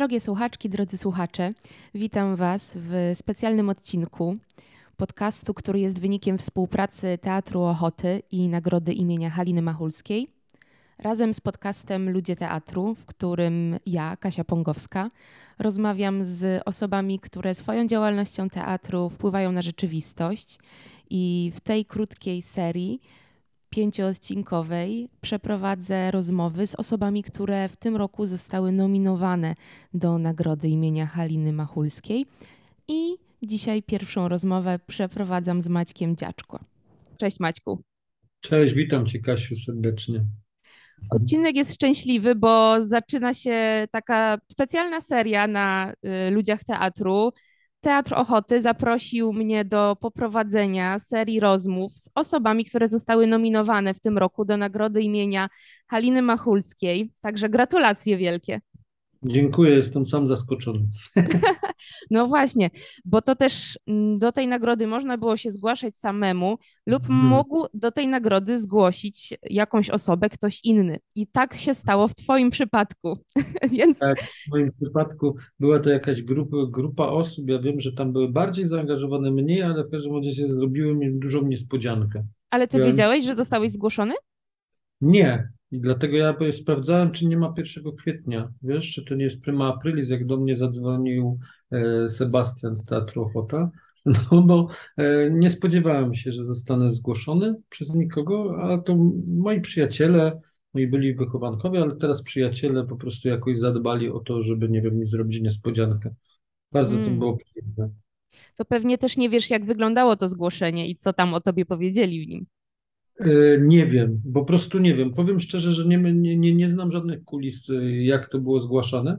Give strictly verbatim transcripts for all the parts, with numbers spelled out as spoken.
Drogie słuchaczki, drodzy słuchacze, witam Was w specjalnym odcinku podcastu, który jest wynikiem współpracy Teatru Ochoty i Nagrody imienia Haliny Machulskiej. Razem z podcastem Ludzie Teatru, w którym ja, Kasia Pongowska, rozmawiam z osobami, które swoją działalnością teatru wpływają na rzeczywistość. I w tej krótkiej serii pięcioodcinkowej przeprowadzę rozmowy z osobami, które w tym roku zostały nominowane do Nagrody imienia Haliny Machulskiej. I dzisiaj pierwszą rozmowę przeprowadzam z Maćkiem Dziaczko. Cześć Maćku. Cześć, witam Cię Kasiu serdecznie. Odcinek jest szczęśliwy, bo zaczyna się taka specjalna seria na y, Ludziach Teatru. Teatr Ochoty zaprosił mnie do poprowadzenia serii rozmów z osobami, które zostały nominowane w tym roku do Nagrody imienia Haliny Machulskiej. Także gratulacje wielkie. Dziękuję, jestem sam zaskoczony. No właśnie, bo to też mm, do tej nagrody można było się zgłaszać samemu lub Mhm. mógł do tej nagrody zgłosić jakąś osobę, ktoś inny. I tak się stało w Twoim przypadku. Więc Tak, w moim przypadku była to jakaś grupa, grupa osób. Ja wiem, że tam były bardziej zaangażowane mniej, ale w każdym razie zrobiły mi dużą niespodziankę. ale ty Ja, wiedziałeś, że zostałeś zgłoszony? nie, i dlatego ja by sprawdzałem, czy nie ma pierwszego kwietnia. Wiesz, czy to nie jest prima aprilis, jak do mnie zadzwonił e, Sebastian z Teatru Ochota. No bo e, nie spodziewałem się, że zostanę zgłoszony przez nikogo, a to moi przyjaciele, moi byli wychowankowie, ale teraz przyjaciele po prostu jakoś zadbali o to, żeby, nie wiem, mi zrobić niespodziankę. Bardzo to Mm. było piękne. To pewnie też nie wiesz, jak wyglądało to zgłoszenie i co tam o tobie powiedzieli w nim. E, Nie wiem, po prostu nie wiem. Powiem szczerze, że nie, nie, nie, nie znam żadnych kulis, e, jak to było zgłaszane.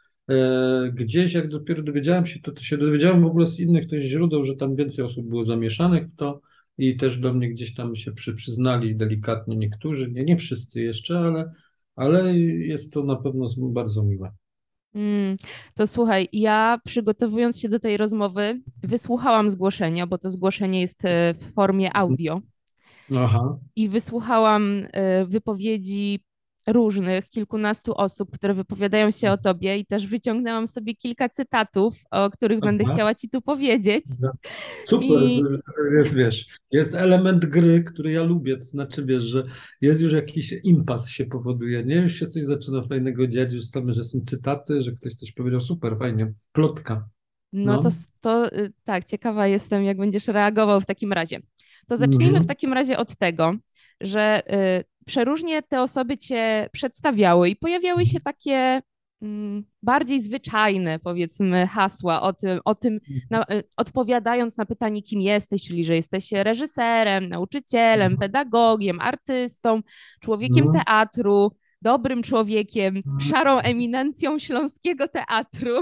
E, Gdzieś, jak dopiero dowiedziałem się, to, to się dowiedziałem w ogóle z innych też źródeł, że tam więcej osób było zamieszanych w to i też do mnie gdzieś tam się przy, przyznali delikatnie niektórzy, nie, nie wszyscy jeszcze, ale, ale jest to na pewno bardzo miłe. Mm. To słuchaj, ja przygotowując się do tej rozmowy, wysłuchałam zgłoszenia, bo to zgłoszenie jest e, w formie audio. Aha, I wysłuchałam e, wypowiedzi różnych, kilkunastu osób, które wypowiadają się o tobie i też wyciągnęłam sobie kilka cytatów, o których będę aha. chciała ci tu powiedzieć. Super, I jest, wiesz, jest element gry, który ja lubię, to znaczy, wiesz, że jest już jakiś impas się powoduje, nie? Już się coś zaczyna fajnego dziać, już same, że są cytaty, że ktoś coś powiedział, super, fajnie, plotka, no to, no. s- to y, tak, ciekawa jestem, jak będziesz reagował w takim razie. To zacznijmy w Mhm. takim razie od tego, że y, przeróżnie te osoby cię przedstawiały i pojawiały się takie mm, bardziej zwyczajne, powiedzmy, hasła o tym, o tym na, y, odpowiadając na pytanie, kim jesteś, czyli że jesteś reżyserem, nauczycielem, pedagogiem, artystą, człowiekiem No. teatru, dobrym człowiekiem, szarą eminencją śląskiego teatru.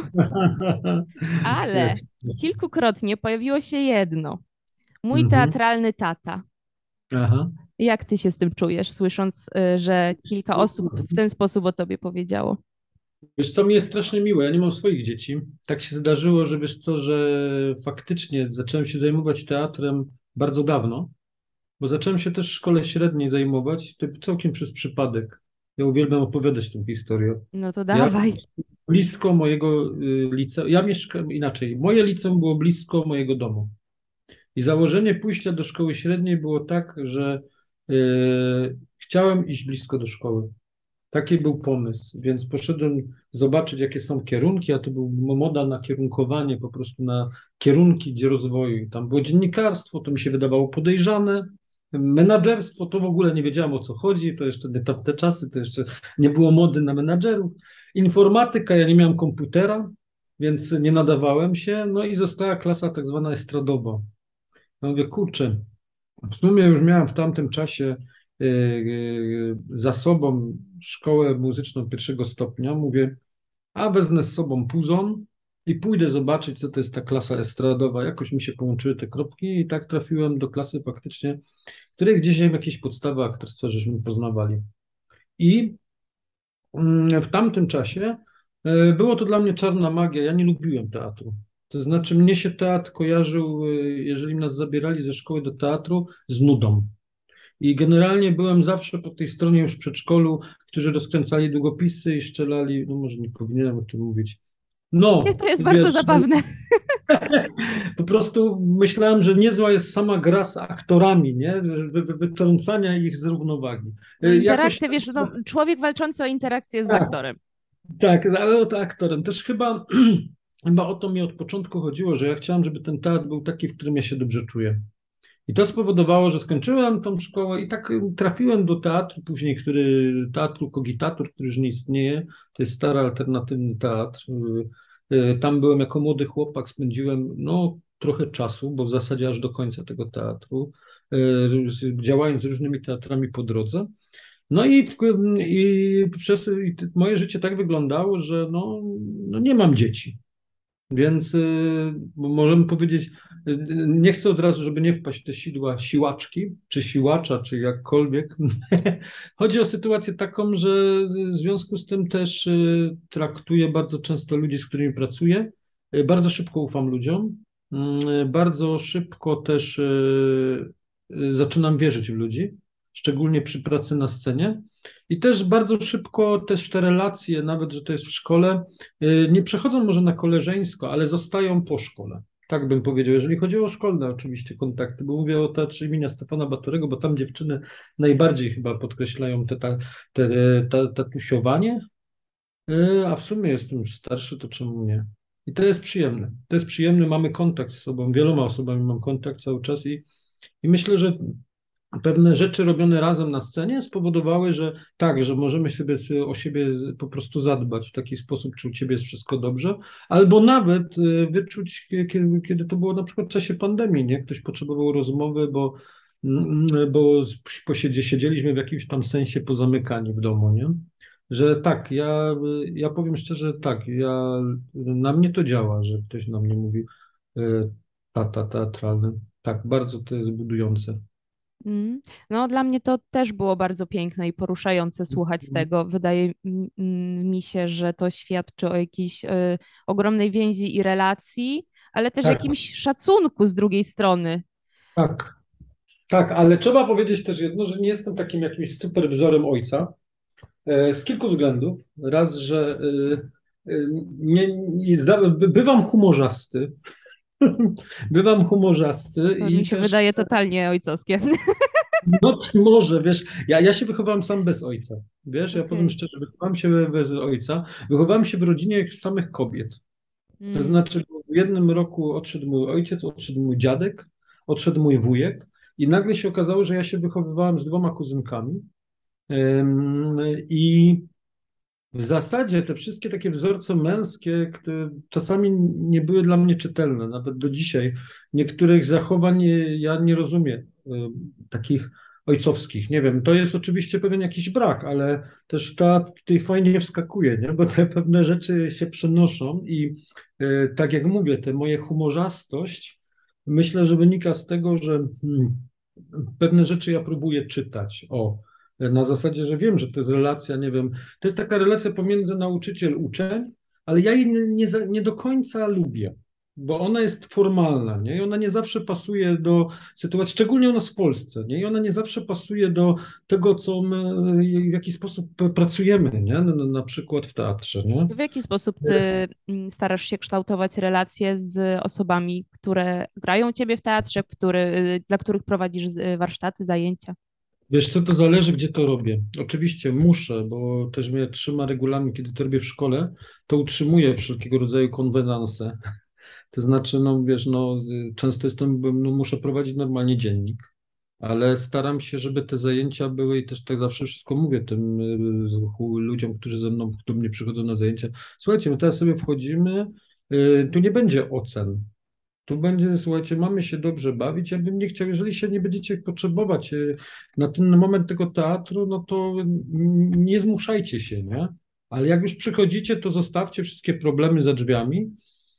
Ale Jest. kilkukrotnie pojawiło się jedno. Mój Mhm. teatralny tata. Aha. Jak ty się z tym czujesz, słysząc, y, że kilka osób w ten sposób o tobie powiedziało? Wiesz co, mi jest strasznie miłe, ja nie mam swoich dzieci. Tak się zdarzyło, że wiesz co, że faktycznie zacząłem się zajmować teatrem bardzo dawno, bo zacząłem się też w szkole średniej zajmować, to całkiem przez przypadek. Ja uwielbiam opowiadać tę historię. No to Ja dawaj. blisko mojego y, liceum, ja mieszkam inaczej, moje liceum było blisko mojego domu. I założenie pójścia do szkoły średniej było tak, że y, chciałem iść blisko do szkoły. Taki był pomysł, więc poszedłem zobaczyć, jakie są kierunki, a to był moda na kierunkowanie, po prostu na kierunki gdzie rozwoju. I tam było dziennikarstwo, to mi się wydawało podejrzane. Menadżerstwo, to w ogóle nie wiedziałem o co chodzi, to jeszcze nie tamte czasy, to jeszcze nie było mody na menadżerów. Informatyka, ja nie miałem komputera, więc nie nadawałem się, no i została klasa tak zwana estradowa. Ja mówię, kurczę, w sumie już miałem w tamtym czasie y, y, za sobą szkołę muzyczną pierwszego stopnia. Mówię, a wezmę z sobą puzon i pójdę zobaczyć, co to jest ta klasa estradowa. Jakoś mi się połączyły te kropki i tak trafiłem do klasy faktycznie, której gdzieś w jakieś podstawy aktorstwa żeśmy poznawali. I mm, w tamtym czasie y, było to dla mnie czarna magia. Ja nie lubiłem teatru. To znaczy, mnie się teatr kojarzył, y, jeżeli nas zabierali ze szkoły do teatru, z nudą. I generalnie byłem zawsze po tej stronie już w przedszkolu, którzy rozkręcali długopisy i strzelali, no może nie powinienem o tym mówić, No, To jest bardzo wiesz, zabawne. po prostu myślałem, że niezła jest sama gra z aktorami, nie? Wy, wy, wytrącania ich z równowagi. No Y, Jakoś interakcja, wiesz, no, człowiek walczący o interakcję z tak, aktorem. tak, ale to aktorem. Też chyba, chyba o to mi od początku chodziło, że ja chciałem, żeby ten teatr był taki, w którym ja się dobrze czuję. I to spowodowało, że skończyłem tą szkołę i tak trafiłem do teatru później, który, teatru Kogitator, który już nie istnieje. To jest stary, alternatywny teatr. Y, y, Tam byłem jako młody chłopak, spędziłem no, trochę czasu, bo w zasadzie aż do końca tego teatru, y, z- działając z różnymi teatrami po drodze. No i, w, i przez i moje życie tak wyglądało, że no, no nie mam dzieci. Więc y, możemy powiedzieć, y, nie chcę od razu, żeby nie wpaść w te sidła siłaczki, czy siłacza, czy jakkolwiek. Chodzi o sytuację taką, że w związku z tym też y, traktuję bardzo często ludzi, z którymi pracuję. Y, Bardzo szybko ufam ludziom. y, Bardzo szybko też y, y, zaczynam wierzyć w ludzi, szczególnie przy pracy na scenie. I też bardzo szybko też te relacje, nawet że to jest w szkole, y, nie przechodzą może na koleżeńsko, ale zostają po szkole. Tak bym powiedział, jeżeli chodzi o szkolne oczywiście kontakty, bo mówię o teatrze imienia Stefana Batorego, bo tam dziewczyny najbardziej chyba podkreślają te, ta, te, ta, tatusiowanie, y, a w sumie jestem już starszy, to czemu nie? I to jest przyjemne. To jest przyjemne, mamy kontakt z sobą, wieloma osobami mam kontakt cały czas i, i myślę, że pewne rzeczy robione razem na scenie spowodowały, że tak, że możemy sobie o siebie z- po prostu zadbać w taki sposób, czy u ciebie jest wszystko dobrze, albo nawet y, wyczuć, kie- kiedy, kiedy to było na przykład w czasie pandemii, nie? Ktoś potrzebował rozmowy, bo, mm, bo posiedzie, siedzieliśmy w jakimś tam sensie pozamykani w domu, nie? Że tak, ja, ja powiem szczerze, tak, ja, na mnie to działa, że ktoś na mnie mówi y, tata teatralny. Tak, bardzo to jest budujące. Mm. No, dla mnie to też było bardzo piękne i poruszające słuchać tego. Wydaje m- m- mi się, że to świadczy o jakiejś y, ogromnej więzi i relacji, ale też Tak, jakimś szacunku z drugiej strony. tak, tak, ale trzeba powiedzieć też jedno, że nie jestem takim jakimś super wzorem ojca e, z kilku względów. Raz, że e, e, nie, nie zda, by- bywam humorzasty, bywam humorzasty To mi i się też, wydaje totalnie ojcowskie. no może, wiesz, ja, ja się wychowałem sam bez ojca, wiesz, ja powiem Okej. szczerze, wychowałem się bez ojca, wychowałem się w rodzinie samych kobiet. To Mm. znaczy w jednym roku odszedł mój ojciec, odszedł mój dziadek, odszedł mój wujek i nagle się okazało, że ja się wychowywałem z dwoma kuzynkami. Ym, I w zasadzie te wszystkie takie wzorce męskie, które czasami nie były dla mnie czytelne, nawet do dzisiaj. Niektórych zachowań e, ja nie rozumiem, y, takich ojcowskich. Nie wiem, to jest oczywiście pewien jakiś brak, ale też ta tutaj fajnie wskakuje, nie? Bo te pewne rzeczy się przenoszą i y, tak jak mówię, te moje humorzastość myślę, że wynika z tego, że hmm, pewne rzeczy ja próbuję czytać. O, na zasadzie, że wiem, że to jest relacja, nie wiem, to jest taka relacja pomiędzy nauczyciel-uczeń, ale ja jej nie, nie, za- nie do końca lubię, bo ona jest formalna, nie? I ona nie zawsze pasuje do sytuacji, szczególnie u nas w Polsce, nie? I ona nie zawsze pasuje do tego, co my, w jaki sposób pracujemy, nie? Na, na przykład w teatrze, nie? To w jaki sposób ty mm, starasz się kształtować relacje z osobami, które grają u ciebie w teatrze, który, y, dla których prowadzisz y, warsztaty, zajęcia? Wiesz co, to zależy, gdzie to robię. Oczywiście muszę, bo też mnie trzyma regulamin, kiedy to robię w szkole, to utrzymuję wszelkiego rodzaju konwenanse. To znaczy, no wiesz, no y, często jestem, no, muszę prowadzić normalnie dziennik, ale staram się, żeby te zajęcia były i też tak zawsze wszystko mówię tym y, z- chu- ludziom, którzy ze mną, do mnie przychodzą na zajęcia. Słuchajcie, my teraz sobie wchodzimy, y, tu nie będzie ocen. Tu będzie, słuchajcie, mamy się dobrze bawić. Ja bym nie chciał, jeżeli się nie będziecie potrzebować e, na ten moment tego teatru, no to n- nie zmuszajcie się, nie? Ale jak już przychodzicie, to zostawcie wszystkie problemy za drzwiami.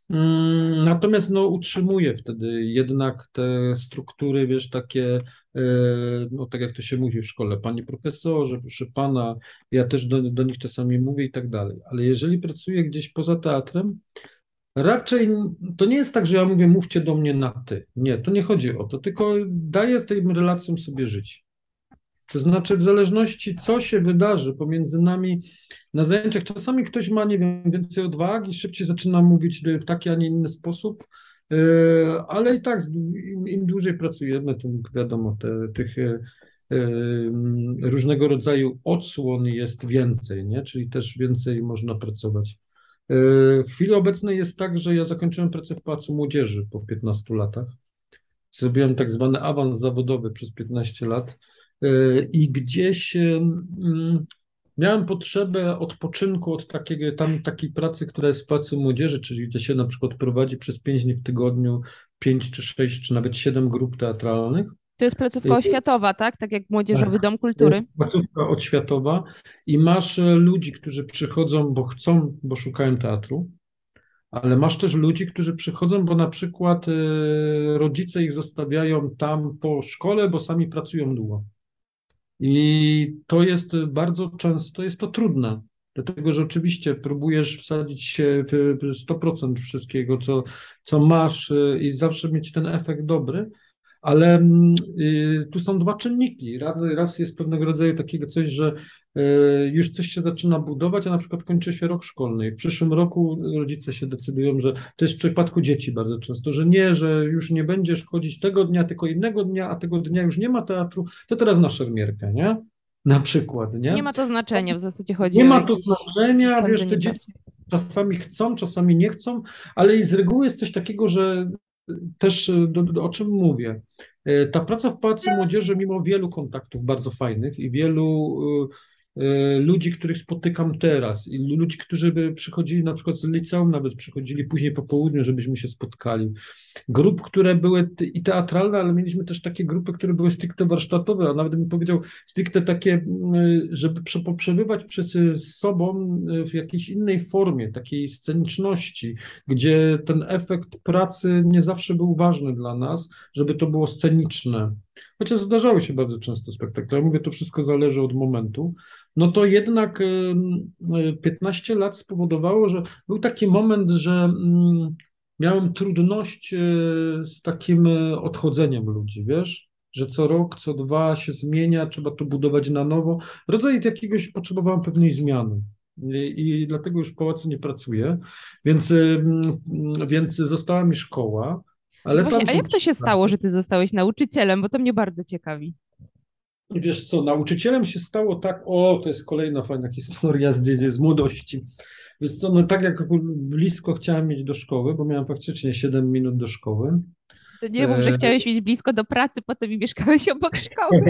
Mm, Natomiast no, utrzymuję wtedy jednak te struktury, wiesz, takie, e, no tak jak to się mówi w szkole, panie profesorze, proszę pana, ja też do, do nich czasami mówię i tak dalej. Ale jeżeli pracuję gdzieś poza teatrem, raczej to nie jest tak, że ja mówię, mówcie do mnie na ty. Nie, to nie chodzi o to, tylko daję tym relacjom sobie żyć. To znaczy, w zależności, co się wydarzy pomiędzy nami na zajęciach, czasami ktoś ma, nie wiem, więcej odwagi, szybciej zaczyna mówić w taki, a nie inny sposób, e, ale i tak, im, im dłużej pracujemy, tym wiadomo, te, tych e, e, różnego rodzaju odsłon jest więcej, nie? Czyli też więcej można pracować. E, W chwili obecnej jest tak, że ja zakończyłem pracę w Pałacu Młodzieży po piętnastu latach. Zrobiłem tak zwany awans zawodowy przez piętnaście lat yy, i gdzieś yy, miałem potrzebę odpoczynku od takiego, tam, takiej pracy, która jest w Pałacu Młodzieży, czyli gdzie się na przykład prowadzi przez pięć dni w tygodniu pięć czy sześć, czy nawet siedem grup teatralnych. To jest placówka oświatowa, tak? Tak jak Młodzieżowy Tak, Dom to jest Kultury. placówka oświatowa i masz e, ludzi, którzy przychodzą, bo chcą, bo szukają teatru. Ale masz też ludzi, którzy przychodzą, bo na przykład y, rodzice ich zostawiają tam po szkole, bo sami pracują długo. I to jest bardzo często, jest to trudne, dlatego że oczywiście próbujesz wsadzić się w w sto procent wszystkiego, co, co masz y, i zawsze mieć ten efekt dobry, ale mm, y, tu są dwa czynniki. Raz, raz jest pewnego rodzaju takiego coś, że y, już coś się zaczyna budować, a na przykład kończy się rok szkolny. I w przyszłym roku rodzice się decydują, że to jest w przypadku dzieci bardzo często, że nie, że już nie będziesz chodzić tego dnia, tylko innego dnia, a tego dnia już nie ma teatru, to teraz na szermierkę, nie? Na przykład, Nie nie? ma to znaczenia, w zasadzie chodzi Nie o ma to jakieś, jakieś znaczenia, wiesz, pędzenie te czasu. dzieci czasami chcą, czasami nie chcą, ale i z reguły jest coś takiego, że też e, do, do, o czym mówię. E, Ta praca w Pałacu Młodzieży, mimo wielu kontaktów bardzo fajnych i wielu e, e, ludzi, których spotykam teraz, i ludzi, którzy by przychodzili na przykład z liceum, nawet przychodzili później po południu, żebyśmy się spotkali. Grup, które były te- i teatralne, ale mieliśmy też takie grupy, które były stricte warsztatowe, a nawet bym powiedział stricte takie, mm, żeby prze- przebywać przez z sobą y, w jakiejś innej formie, takiej sceniczności, gdzie ten efekt pracy nie zawsze był ważny dla nas, żeby to było sceniczne. Chociaż zdarzały się bardzo często spektakle. Ja mówię, to wszystko zależy od momentu. No to jednak y, y, piętnaście lat spowodowało, że był taki moment, że mm, miałem trudność e, z takim e, odchodzeniem ludzi, wiesz, że co rok, co dwa się zmienia, trzeba to budować na nowo. Rodzaj jakiegoś potrzebowałem pewnej zmiany. I, i dlatego już w pałacu nie pracuję, więc, e, mm, więc została mi szkoła, No ale właśnie, tam a są jak to trzy się stało, klasy. że ty zostałeś nauczycielem? Bo to mnie bardzo ciekawi. I wiesz co, nauczycielem się stało tak, o, to jest kolejna fajna historia z, dzie- z młodości. Wiesz co, no tak jak blisko chciałem mieć do szkoły, bo miałem faktycznie siedem minut do szkoły. To nie mów, że E, chciałeś mieć blisko do pracy, potem i mieszkałeś obok szkoły.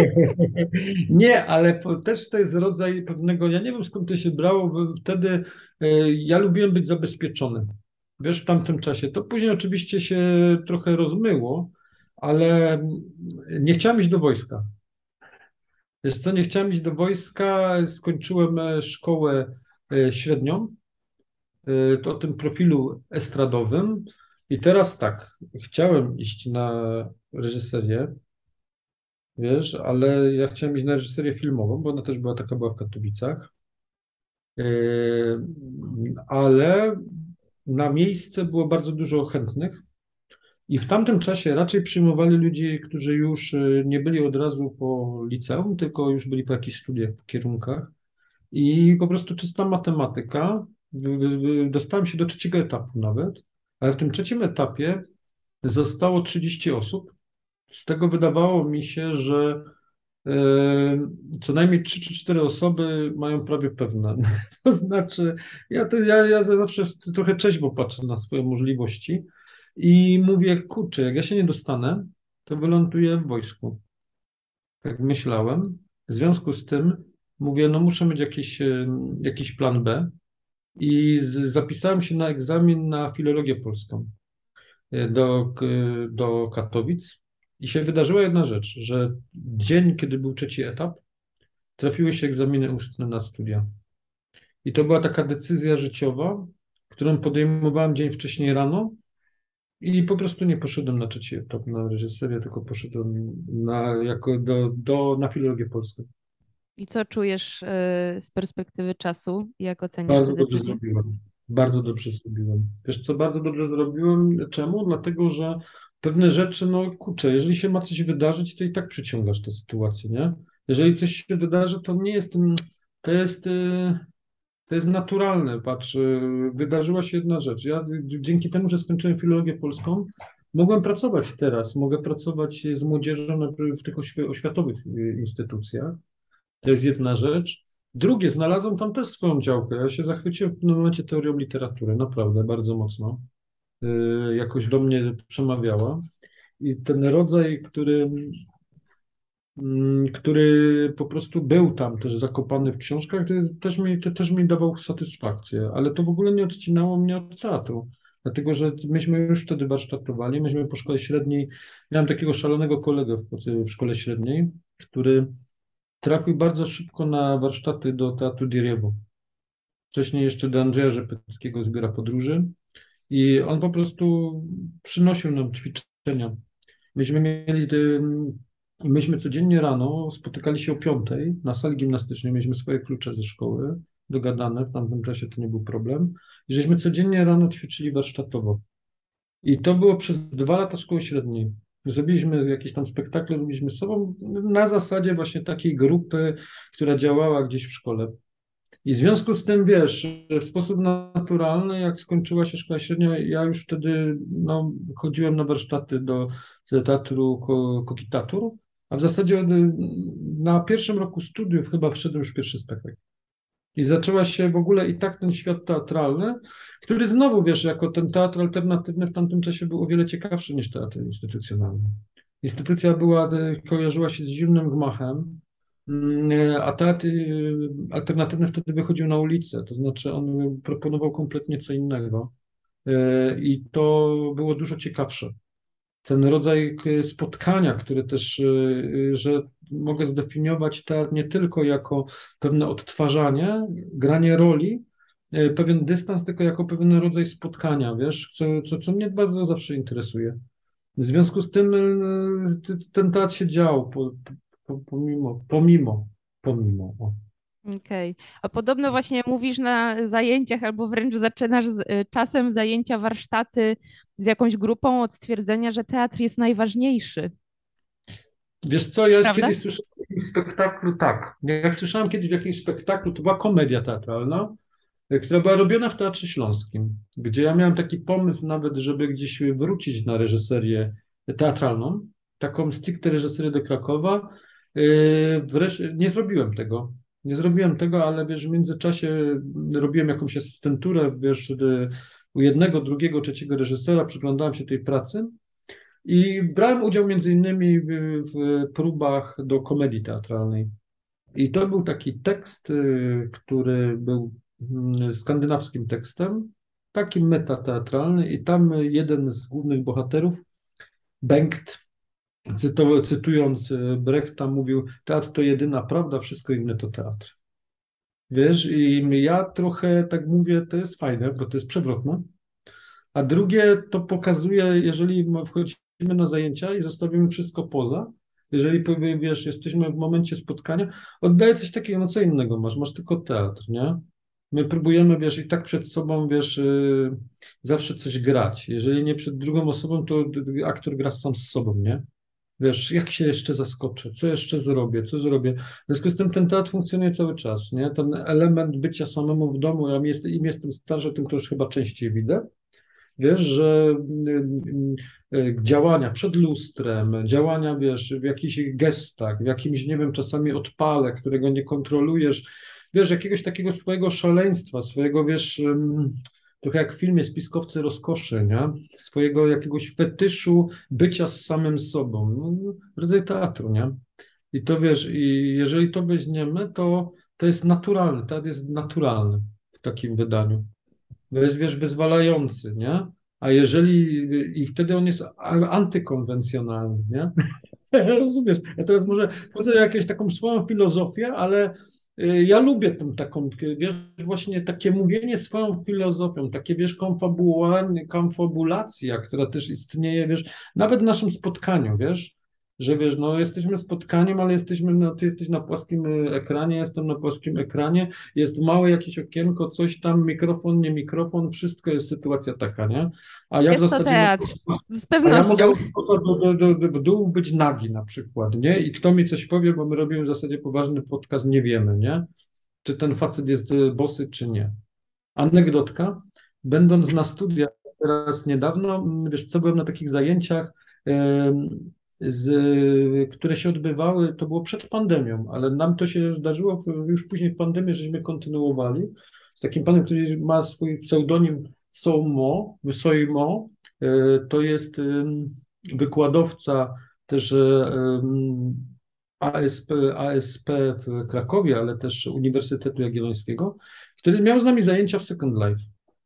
Nie, ale po, też to jest rodzaj pewnego, ja nie wiem skąd to się brało, bo wtedy e, ja lubiłem być zabezpieczony. Wiesz, w tamtym czasie. To później oczywiście się trochę rozmyło, ale mm, nie chciałem iść do wojska. Wiesz co, nie chciałem iść do wojska, skończyłem e, szkołę e, średnią, e, to o tym profilu estradowym i teraz tak, chciałem iść na reżyserię, wiesz, ale ja chciałem iść na reżyserię filmową, bo ona też była taka, była w Katowicach. Yy, ale na miejsce było bardzo dużo chętnych i w tamtym czasie raczej przyjmowali ludzi, którzy już yy, nie byli od razu po liceum, tylko już byli po jakichś studiach, po kierunkach i po prostu czysta matematyka. Wy- wy- wy- Dostałem się do trzeciego etapu nawet, ale w tym trzecim etapie zostało trzydzieści osób. Z tego wydawało mi się, że Yy, co najmniej trzy czy cztery osoby mają prawie pewne. To znaczy, ja, to, ja, ja zawsze z- trochę trzeźwo patrzę na swoje możliwości i mówię, kurczę, jak ja się nie dostanę, to wyląduję w wojsku. Tak myślałem. W związku z tym mówię, no muszę mieć jakiś, e, jakiś plan B i z, zapisałem się na egzamin na filologię polską e, do, k- do Katowic. I się wydarzyła jedna rzecz, że dzień, kiedy był trzeci etap, trafiły się egzaminy ustne na studia. I to była taka decyzja życiowa, którą podejmowałem dzień wcześniej rano i po prostu nie poszedłem na trzeci etap na reżyserię, tylko poszedłem na, jako do, do, na filologię polską. I co czujesz y, z perspektywy czasu? Jak oceniasz tę Bardzo dobrze decyzję? zrobiłem. Bardzo dobrze zrobiłem. Wiesz co, bardzo dobrze zrobiłem. Czemu? Dlatego, że pewne rzeczy, no kurczę, jeżeli się ma coś wydarzyć, to i tak przyciągasz tę sytuację, nie? Jeżeli coś się wydarzy, to nie jest, mm, to jest, y, to jest naturalne. Patrz, y, wydarzyła się jedna rzecz. Ja y, dzięki temu, że skończyłem filologię polską, mogłem pracować teraz. Mogę pracować z młodzieżą na- w tych oświ- oświatowych y, instytucjach. To jest jedna rzecz. Drugie, znalazłem tam też swoją działkę. Ja się zachwyciłem w pewnym momencie teorią literatury, naprawdę bardzo mocno. Y, Jakoś do mnie przemawiała. I ten rodzaj, który, mm, który po prostu był tam też zakopany w książkach, to też mi, to też mi dawał satysfakcję, ale to w ogóle nie odcinało mnie od teatru. Dlatego, że myśmy już wtedy warsztatowali, myśmy po szkole średniej, miałem takiego szalonego kolegę w, w szkole średniej, który trafił bardzo szybko na warsztaty do Teatru Diriewo. Wcześniej jeszcze do Andrzeja Rzepeckiego z Biura Podróży i on po prostu przynosił nam ćwiczenia. Myśmy mieli, te, myśmy codziennie rano spotykali się o piątej na sali gimnastycznej, mieliśmy swoje klucze ze szkoły, dogadane, w tamtym czasie to nie był problem, i żeśmy codziennie rano ćwiczyli warsztatowo. I to było przez dwa lata szkoły średniej. Zrobiliśmy jakieś tam spektakle, robiliśmy z sobą na zasadzie właśnie takiej grupy, która działała gdzieś w szkole. I w związku z tym, wiesz, w sposób naturalny, jak skończyła się szkoła średnia, ja już wtedy no, chodziłem na warsztaty do, do teatru Ko- Kokitatur, a w zasadzie od, na pierwszym roku studiów chyba wszedłem już w pierwszy spektakl. I zaczęła się w ogóle i tak ten świat teatralny, który znowu, wiesz, jako ten teatr alternatywny w tamtym czasie był o wiele ciekawszy niż teatr instytucjonalny. Instytucja była, e, kojarzyła się z zimnym gmachem, mm, a teatr y, alternatywny wtedy wychodził na ulicę, to znaczy on proponował kompletnie co innego. E, I to było dużo ciekawsze. Ten rodzaj k- spotkania, który też, y, y, że mogę zdefiniować teatr nie tylko jako pewne odtwarzanie, granie roli, y, pewien dystans, tylko jako pewien rodzaj spotkania, wiesz, co, co, co mnie bardzo zawsze interesuje. W związku z tym y, t- ten teatr się dział, po, po, pomimo, pomimo, pomimo. O. Okej. A podobno właśnie mówisz na zajęciach albo wręcz zaczynasz z, y, czasem zajęcia, warsztaty z jakąś grupą od stwierdzenia, że teatr jest najważniejszy, Wiesz co, ja prawda? kiedyś słyszałem w jakimś spektaklu, tak, jak słyszałem kiedyś w jakimś spektaklu, to była komedia teatralna, która była robiona w Teatrze Śląskim, gdzie ja miałem taki pomysł nawet, żeby gdzieś wrócić na reżyserię teatralną, taką stricte reżyserię do Krakowa. Yy, Wreszcie nie zrobiłem tego. Nie zrobiłem tego, ale wiesz, w międzyczasie robiłem jakąś asystenturę, wiesz, yy, u jednego, drugiego, trzeciego reżysera, przyglądałem się tej pracy i brałem udział między innymi w, w próbach do komedii teatralnej. I to był taki tekst, y, który był mm, skandynawskim tekstem, taki metateatralny i tam jeden z głównych bohaterów, Bengt, cytował, cytując y, Brechta, mówił: teatr to jedyna prawda, wszystko inne to teatr. Wiesz, i ja trochę tak mówię, to jest fajne, bo to jest przewrotne, a drugie to pokazuje, jeżeli ma- wchodzimy na zajęcia i zostawimy wszystko poza, jeżeli powie- wiesz, jesteśmy w momencie spotkania, oddaje coś takiego, no co innego masz, masz tylko teatr, nie? My próbujemy, wiesz, i tak przed sobą, wiesz, yy, zawsze coś grać. Jeżeli nie przed drugą osobą, to d- d- aktor gra sam z sobą, nie? Wiesz, jak się jeszcze zaskoczę, co jeszcze zrobię, co zrobię. W związku z tym ten teatr funkcjonuje cały czas, nie? Ten element bycia samemu w domu, ja jest, im jestem starszy, tym to już chyba częściej widzę. Wiesz, że y, y, działania przed lustrem, działania, wiesz, w jakichś gestach, w jakimś, nie wiem, czasami odpale, którego nie kontrolujesz, wiesz, jakiegoś takiego swojego szaleństwa, swojego, wiesz, ym, trochę jak w filmie Spiskowcy Rozkoszy, nie? Swojego jakiegoś fetyszu bycia z samym sobą. No, rodzaj teatru, nie? I to, wiesz, i jeżeli to weźmiemy, to to jest naturalne, teatr jest naturalny w takim wydaniu. Jest, wiesz, wyzwalający, nie? A jeżeli, i wtedy on jest a- antykonwencjonalny, nie? Rozumiesz? Ja teraz może wchodzę w jakąś taką swoją filozofię, ale y, ja lubię tą taką, wiesz, właśnie takie mówienie swoją filozofią, takie, wiesz, konfabułanie, konfabulacja, która też istnieje, wiesz, nawet w naszym spotkaniu, wiesz, że wiesz, no jesteśmy spotkaniem, ale jesteśmy, no, ty jesteś na płaskim y, ekranie, jestem na płaskim ekranie, jest małe jakieś okienko, coś tam, mikrofon, nie mikrofon, wszystko jest sytuacja taka, nie? A ja w Jest to zasadzie mogę, teatr, z a ja mogę pewnością. do, do, do, w dół być nagi na przykład, nie? I kto mi coś powie, bo my robimy w zasadzie poważny podcast, nie wiemy, nie? Czy ten facet jest y, bosy, czy nie. Anegdotka, będąc na studiach teraz niedawno, wiesz co, byłem na takich zajęciach, em, z, które się odbywały, to było przed pandemią, ale nam to się zdarzyło w- już później w pandemii, żeśmy kontynuowali z takim panem, który ma swój pseudonim Somo, Soimo, e, to jest em, wykładowca też em, A S P, A S P w Krakowie, ale też Uniwersytetu Jagiellońskiego, który miał z nami zajęcia w Second Life.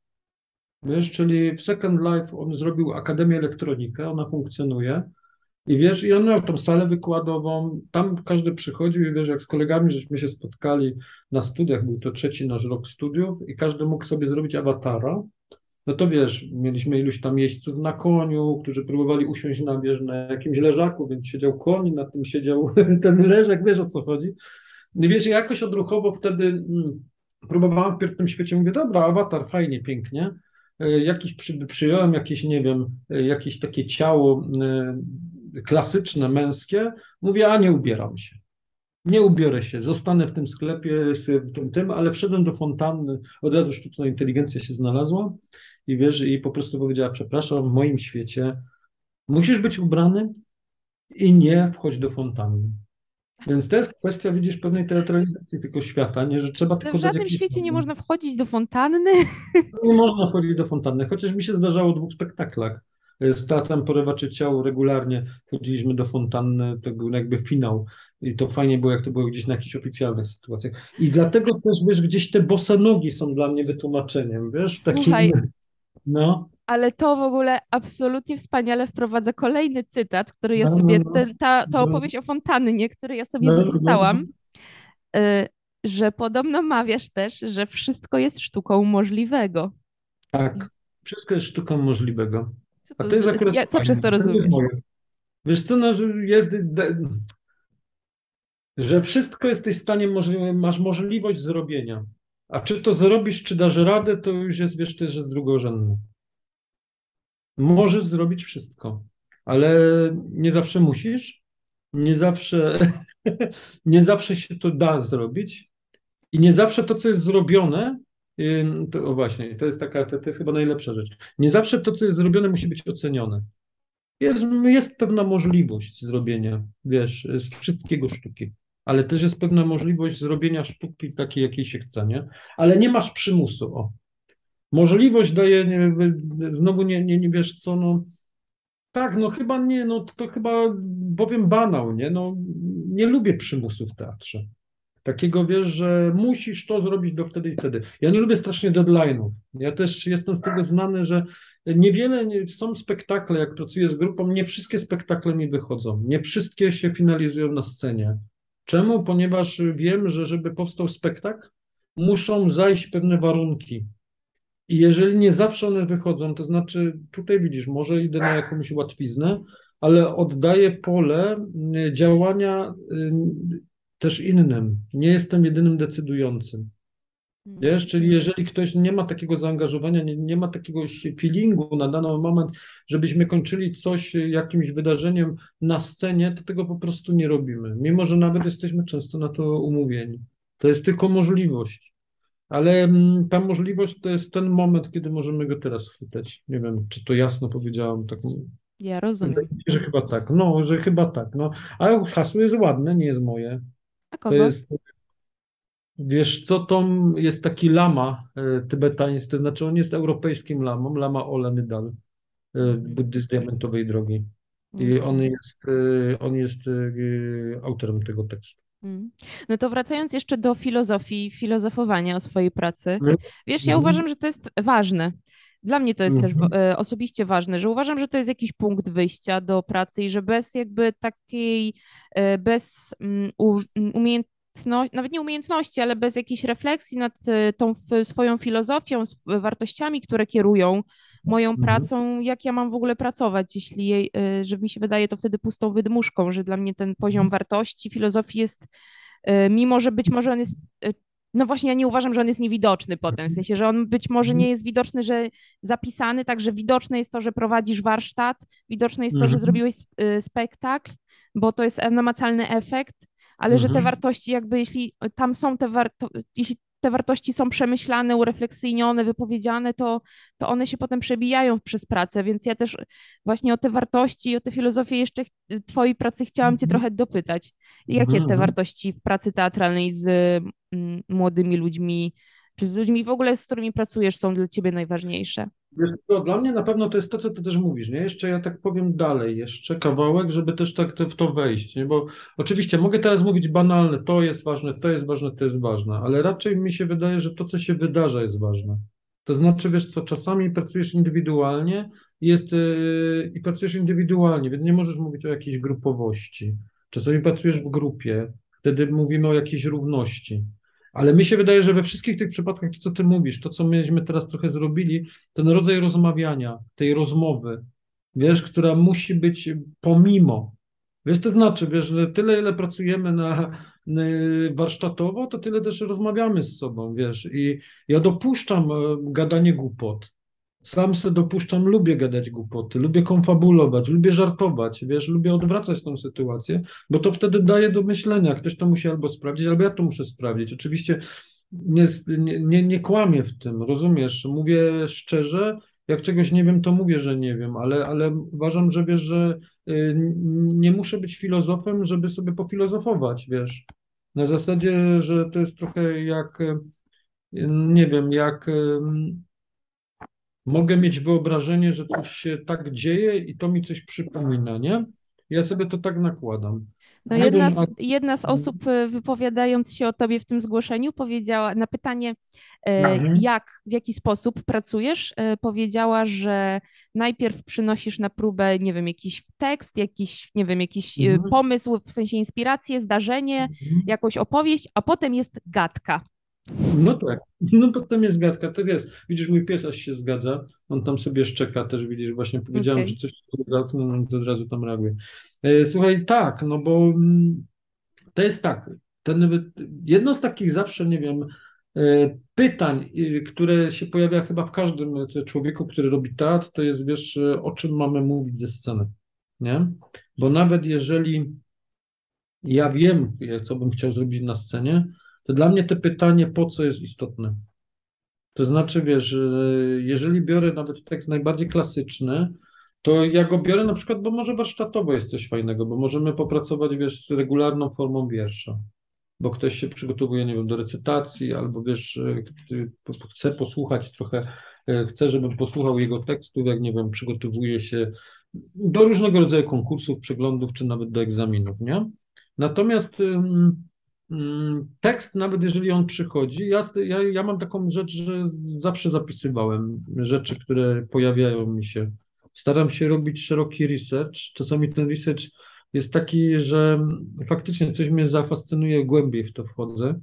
Wiesz, czyli w Second Life on zrobił Akademię Elektronikę, ona funkcjonuje. I wiesz, i on miał tą salę wykładową, tam każdy przychodził i wiesz, jak z kolegami żeśmy się spotkali na studiach, był to trzeci nasz rok studiów i każdy mógł sobie zrobić awatara. No to wiesz, mieliśmy iluś tam jeźdźców na koniu, którzy próbowali usiąść na, wiesz, na jakimś leżaku, więc siedział koń, na tym siedział ten leżak, wiesz o co chodzi. I wiesz, ja jakoś odruchowo wtedy mm, próbowałem w tym świecie, mówię, dobra, awatar, fajnie, pięknie. E, Jakiś przy, przyjąłem jakieś, nie wiem, e, jakieś takie ciało e, klasyczne, męskie. Mówię, a nie ubieram się. Nie ubiorę się, zostanę w tym sklepie, w tym, tym, ale wszedłem do fontanny, od razu sztuczna inteligencja się znalazła i wiesz, i po prostu powiedziała, przepraszam, w moim świecie musisz być ubrany i nie wchodź do fontanny. Więc to jest kwestia, widzisz, pewnej teatralizacji tego świata, nie, że trzeba Ale w tylko dać żadnym jakiś świecie nie problem. można wchodzić do fontanny. Nie można chodzić do fontanny, chociaż mi się zdarzało w dwóch spektaklach. Z Teatrem Porywaczy Ciał regularnie chodziliśmy do fontanny, to był jakby finał i to fajnie było, jak to było gdzieś na jakichś oficjalnych sytuacjach. I dlatego też, wiesz, gdzieś te bose nogi są dla mnie wytłumaczeniem, wiesz, takim, Słuchaj, no, ale to w ogóle absolutnie wspaniale wprowadza kolejny cytat, który ja no, no, sobie, no, te, ta, ta no, opowieść o fontannie, który ja sobie no, no, wypisałam, y, że podobno mawiasz też, że wszystko jest sztuką możliwego. tak, wszystko jest sztuką możliwego. Co A to, to jest akurat ja, co przez fajne, to to jest rozumiesz? moje. Wiesz co, no, że jest, że wszystko jesteś w stanie, możli- masz możliwość zrobienia. A czy to zrobisz, czy dasz radę, to już jest, wiesz, też jest drugorzędne. Możesz zrobić wszystko, ale nie zawsze musisz, nie zawsze, nie zawsze się to da zrobić i nie zawsze to, co jest zrobione, ym, to o właśnie, to jest taka, to, to jest chyba najlepsza rzecz. Nie zawsze to, co jest zrobione, musi być ocenione. Jest, jest pewna możliwość zrobienia, wiesz, z wszystkiego sztuki, ale też jest pewna możliwość zrobienia sztuki takiej, jakiej się chce, nie? Ale nie masz przymusu, o. Możliwość daje, nie, znowu nie, nie, nie wiesz co, no tak, no chyba nie, no to, to chyba powiem banał, nie? No nie lubię przymusu w teatrze. Takiego wiesz, że musisz to zrobić do wtedy i wtedy. Ja nie lubię strasznie deadline'ów. Ja też jestem z tego znany, że niewiele, nie, są spektakle, jak pracuję z grupą, nie wszystkie spektakle mi wychodzą. Nie wszystkie się finalizują na scenie. Czemu? Ponieważ wiem, że żeby powstał spektakl, muszą zajść pewne warunki. I jeżeli nie zawsze one wychodzą, to znaczy, tutaj widzisz, może idę na jakąś łatwiznę, ale oddaję pole y, działania y, też innym. Nie jestem jedynym decydującym. Wiesz, czyli jeżeli ktoś nie ma takiego zaangażowania, nie, nie ma takiego feelingu na dany moment, żebyśmy kończyli coś jakimś wydarzeniem na scenie, to tego po prostu nie robimy. Mimo że nawet jesteśmy często na to umówieni. To jest tylko możliwość. Ale mm, ta możliwość to jest ten moment, kiedy możemy go teraz chwytać. Nie wiem, czy to jasno powiedziałam. Tak, Ja wydaje rozumiem. mi się, że chyba tak. No, że chyba tak. No, ale hasło jest ładne, nie jest moje. A To kogo? jest, wiesz co, to jest taki lama e, tybetański, to znaczy on jest europejskim lamą, lama Ola Nydal, e, buddyzm diamentowej drogi. I on Okej. jest, e, on jest e, autorem tego tekstu. Mm. No to wracając jeszcze do filozofii, filozofowania o swojej pracy. Wiesz, ja Mhm. uważam, że to jest ważne. Dla mnie to jest też Mhm. e, osobiście ważne, że uważam, że to jest jakiś punkt wyjścia do pracy i że bez jakby takiej, e, bez mm, u, mm, umiejętności, nawet nie umiejętności, ale bez jakiejś refleksji nad y, tą f- swoją filozofią, s- wartościami, które kierują moją Mhm. pracą, jak ja mam w ogóle pracować, jeśli jej, y, że mi się wydaje to wtedy pustą wydmuszką, że dla mnie ten poziom wartości, filozofii jest, y, mimo że być może on jest, y, no właśnie ja nie uważam, że on jest niewidoczny potem, w sensie, że on być może nie jest widoczny, że zapisany, także widoczne jest to, że prowadzisz warsztat, widoczne jest to, że Mhm. zrobiłeś y, spektakl, bo to jest namacalny efekt, ale że te Mhm. wartości, jakby jeśli tam są te warto, jeśli te wartości są przemyślane, urefleksyjnione, wypowiedziane, to, to one się potem przebijają przez pracę, więc ja też właśnie o te wartości i o tę filozofię jeszcze ch- twojej pracy chciałam cię trochę dopytać. Jakie te Mhm. wartości w pracy teatralnej z mm, młodymi ludźmi, czy z ludźmi w ogóle, z którymi pracujesz, są dla ciebie najważniejsze? Wiesz co, dla mnie na pewno to jest to, co ty też mówisz, nie? Jeszcze ja tak powiem dalej, jeszcze kawałek, żeby też tak te- w to wejść, nie? Bo oczywiście mogę teraz mówić banalne, to jest ważne, to jest ważne, to jest ważne, ale raczej mi się wydaje, że to, co się wydarza, jest ważne. To znaczy, wiesz co, czasami pracujesz indywidualnie jest, yy, i pracujesz indywidualnie, więc nie możesz mówić o jakiejś grupowości. Czasami pracujesz w grupie, wtedy mówimy o jakiejś równości. Ale mi się wydaje, że we wszystkich tych przypadkach, to co ty mówisz, to co myśmy teraz trochę zrobili, ten rodzaj rozmawiania, tej rozmowy, wiesz, która musi być pomimo. Wiesz, to znaczy, wiesz, że tyle, ile pracujemy na, na warsztatowo, to tyle też rozmawiamy z sobą, wiesz. I ja dopuszczam e, gadanie głupot. Sam se dopuszczam, lubię gadać głupoty, lubię konfabulować, lubię żartować, wiesz, lubię odwracać tą sytuację, bo to wtedy daje do myślenia. Ktoś to musi albo sprawdzić, albo ja to muszę sprawdzić. Oczywiście nie, nie, nie, nie kłamię w tym, rozumiesz? Mówię szczerze, jak czegoś nie wiem, to mówię, że nie wiem, ale, ale uważam, że wiesz, że y, nie muszę być filozofem, żeby sobie pofilozofować, wiesz. Na zasadzie, że to jest trochę jak, y, nie wiem, jak y, mogę mieć wyobrażenie, że coś się tak dzieje i to mi coś przypomina, nie? Ja sobie to tak nakładam. No Nie jedna wiem, a... z, jedna z osób y, wypowiadając się o tobie w tym zgłoszeniu powiedziała na pytanie, y, Mhm. jak, w jaki sposób pracujesz, y, powiedziała, że najpierw przynosisz na próbę, nie wiem, jakiś tekst, jakiś, nie wiem, jakiś y, Mhm. pomysł, w sensie inspirację, zdarzenie, Mhm. jakąś opowieść, a potem jest gadka. No tak, no potem jest gadka, to jest. Widzisz, mój pies aż się zgadza, on tam sobie szczeka też, widzisz, właśnie powiedziałem, że Okej. coś no, no, to od razu tam reaguje. E, Słuchaj, tak, no bo mm, to jest tak, ten, jedno z takich zawsze, nie wiem, e, pytań, y, które się pojawia chyba w każdym e, człowieku, który robi teatr, to jest, wiesz, e, o czym mamy mówić ze sceny, nie? Bo nawet jeżeli ja wiem, e, co bym chciał zrobić na scenie, to dla mnie to pytanie, po co jest istotne. To znaczy, wiesz, e, jeżeli biorę nawet tekst najbardziej klasyczny, to ja go biorę na przykład, bo może warsztatowo jest coś fajnego, bo możemy popracować, wiesz, z regularną formą wiersza, bo ktoś się przygotowuje, nie wiem, do recytacji, albo wiesz, e, po prostu chce posłuchać trochę, e, chce, żebym posłuchał jego tekstów, jak nie wiem, przygotowuje się do różnego rodzaju konkursów, przeglądów, czy nawet do egzaminów, nie? Natomiast ym, ym, tekst, nawet jeżeli on przychodzi, ja, ja, ja mam taką rzecz, że zawsze zapisywałem rzeczy, które pojawiają mi się. Staram się robić szeroki research. Czasami ten research jest taki, że faktycznie coś mnie zafascynuje, głębiej w to wchodzę.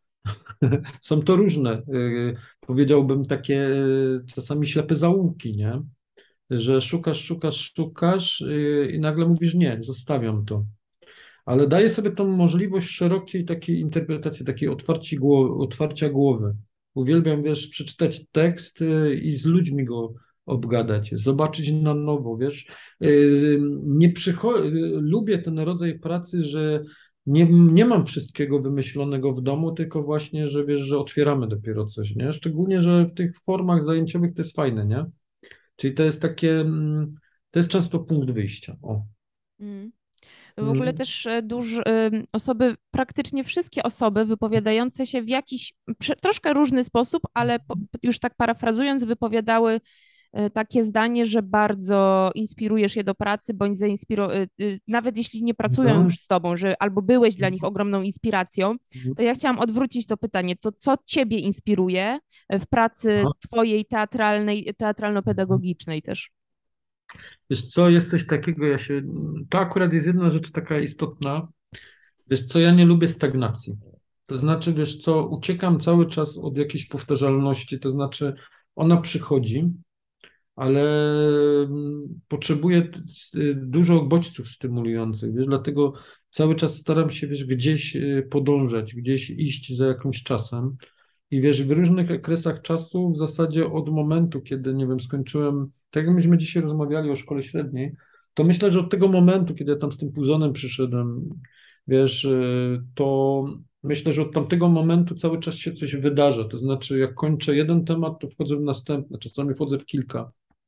Są to różne, y, powiedziałbym, takie y, czasami ślepe zaułki, nie? Że szukasz, szukasz, szukasz y, i nagle mówisz nie, zostawiam to. Ale daję sobie tą możliwość szerokiej takiej interpretacji, takiej otwarci głowy, otwarcia głowy. Uwielbiam, wiesz, przeczytać tekst y, i z ludźmi go obgadać, zobaczyć na nowo, wiesz. Y, Nie przycho- y, lubię ten rodzaj pracy, że nie, nie mam wszystkiego wymyślonego w domu, tylko właśnie, że wiesz, że otwieramy dopiero coś, nie? Szczególnie, że w tych formach zajęciowych to jest fajne, nie? Czyli to jest takie, mm, to jest często punkt wyjścia. O. Mm. W ogóle Mm, też e, duż, e, osoby, praktycznie wszystkie osoby wypowiadające się w jakiś prze- troszkę różny sposób, ale po, już tak parafrazując, wypowiadały e, takie zdanie, że bardzo inspirujesz je do pracy, bądź zainspiro... e, e, nawet jeśli nie pracują no, już z tobą, że albo byłeś dla nich ogromną inspiracją, to ja chciałam odwrócić to pytanie, to co ciebie inspiruje e, w pracy aha. twojej teatralnej, teatralno-pedagogicznej też? Wiesz co, jest coś takiego, ja się, to akurat jest jedna rzecz taka istotna. Wiesz co, ja nie lubię stagnacji. To znaczy, wiesz co, uciekam cały czas od jakiejś powtarzalności, to znaczy ona przychodzi, ale mm, potrzebuję t- s- y, dużo bodźców stymulujących, wiesz, dlatego cały czas staram się, wiesz, gdzieś y, podążać, gdzieś iść za jakimś czasem i wiesz, w różnych okresach czasu, w zasadzie od momentu, kiedy, nie wiem, skończyłem, tak jak myśmy dzisiaj rozmawiali o szkole średniej, to myślę, że od tego momentu, kiedy ja tam z tym puzonem przyszedłem, wiesz, y, to myślę, że od tamtego momentu cały czas się coś wydarza, to znaczy jak kończę jeden temat, to wchodzę w następny, czasami wchodzę w kilka.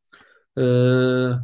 E,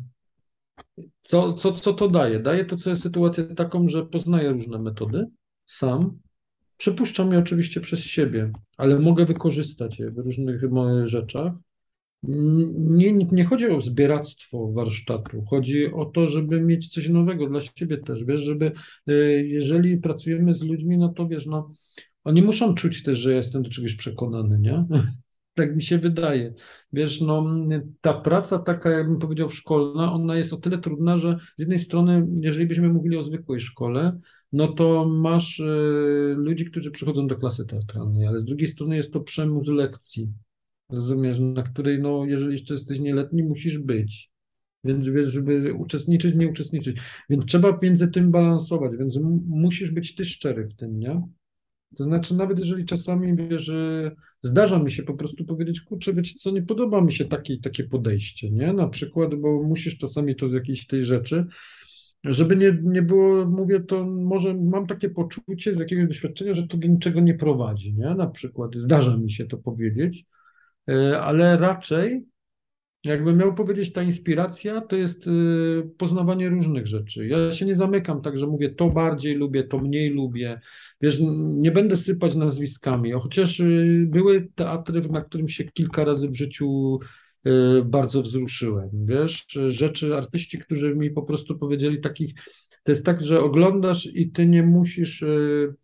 Co, co, co to daje? Daje to sobie sytuację taką, że poznaję różne metody sam. Przepuszczam je oczywiście przez siebie, ale mogę wykorzystać je w różnych moich rzeczach. Nie, nie, nie chodzi o zbieractwo warsztatu, chodzi o to, żeby mieć coś nowego dla siebie też, wiesz, żeby e, jeżeli pracujemy z ludźmi, no to wiesz, no oni muszą czuć też, że ja jestem do czegoś przekonany, nie? Tak mi się wydaje. Wiesz, no ta praca taka, jakbym powiedział, szkolna, ona jest o tyle trudna, że z jednej strony, jeżeli byśmy mówili o zwykłej szkole, no to masz e, ludzi, którzy przychodzą do klasy teatralnej, ale z drugiej strony jest to przemus lekcji, rozumiesz, na której, no jeżeli jeszcze jesteś nieletni, musisz być. Więc wiesz, żeby uczestniczyć, nie uczestniczyć. Więc trzeba między tym balansować, więc m- musisz być ty szczery w tym, nie? To znaczy, nawet jeżeli czasami, wiesz, że zdarza mi się po prostu powiedzieć, kurczę, wiecie co, nie podoba mi się takie, takie podejście, nie? Na przykład, bo musisz czasami to z jakiejś tej rzeczy, żeby nie, nie było, mówię, to może mam takie poczucie z jakiegoś doświadczenia, że to do niczego nie prowadzi, nie? Na przykład, zdarza mi się to powiedzieć, e, ale raczej jakbym miał powiedzieć, ta inspiracja to jest y, poznawanie różnych rzeczy. Ja się nie zamykam tak, że mówię to bardziej lubię, to mniej lubię. Wiesz, n- nie będę sypać nazwiskami, o, chociaż y, były teatry, na którym się kilka razy w życiu y, bardzo wzruszyłem. Wiesz, rzeczy, artyści, którzy mi po prostu powiedzieli takich, to jest tak, że oglądasz i ty nie musisz y,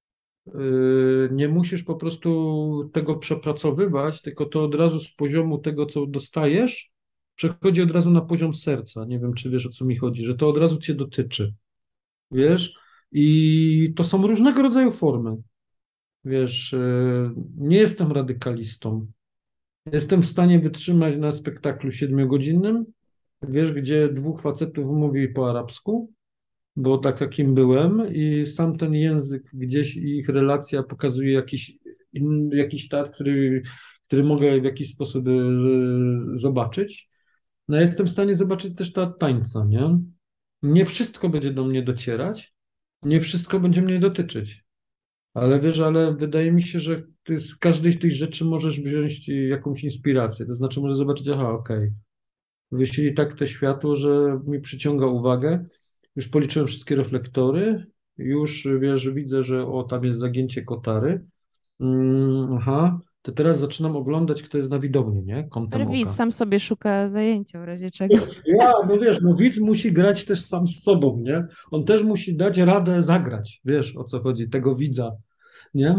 Yy, nie musisz po prostu tego przepracowywać, tylko to od razu z poziomu tego, co dostajesz, przechodzi od razu na poziom serca. Nie wiem, czy wiesz, o co mi chodzi, że to od razu cię dotyczy, wiesz? I to są różnego rodzaju formy, wiesz? yy, Nie jestem radykalistą. Jestem w stanie wytrzymać na spektaklu siedmiogodzinnym, wiesz, gdzie dwóch facetów mówi po arabsku, bo tak jakim byłem i sam ten język gdzieś i ich relacja pokazuje jakiś, in, jakiś teatr, który, który mogę w jakiś sposób e, zobaczyć. No ja jestem w stanie zobaczyć też teatr tańca, nie? Nie wszystko będzie do mnie docierać, nie wszystko będzie mnie dotyczyć, ale wiesz, ale wydaje mi się, że ty z każdej z tych rzeczy możesz wziąć jakąś inspirację, to znaczy możesz zobaczyć, aha, okej, wyświetlili tak to światło, że mi przyciąga uwagę. Już policzyłem wszystkie reflektory. Już wiesz, widzę, że o, tam jest zagięcie kotary. Mm, aha, to teraz zaczynam oglądać, kto jest na widowni, nie? Kątem Widz oka. sam sobie szuka zajęcia w razie czego. Ja, no wiesz, no widz musi grać też sam z sobą, nie? On też musi dać radę zagrać, wiesz, o co chodzi, tego widza, nie?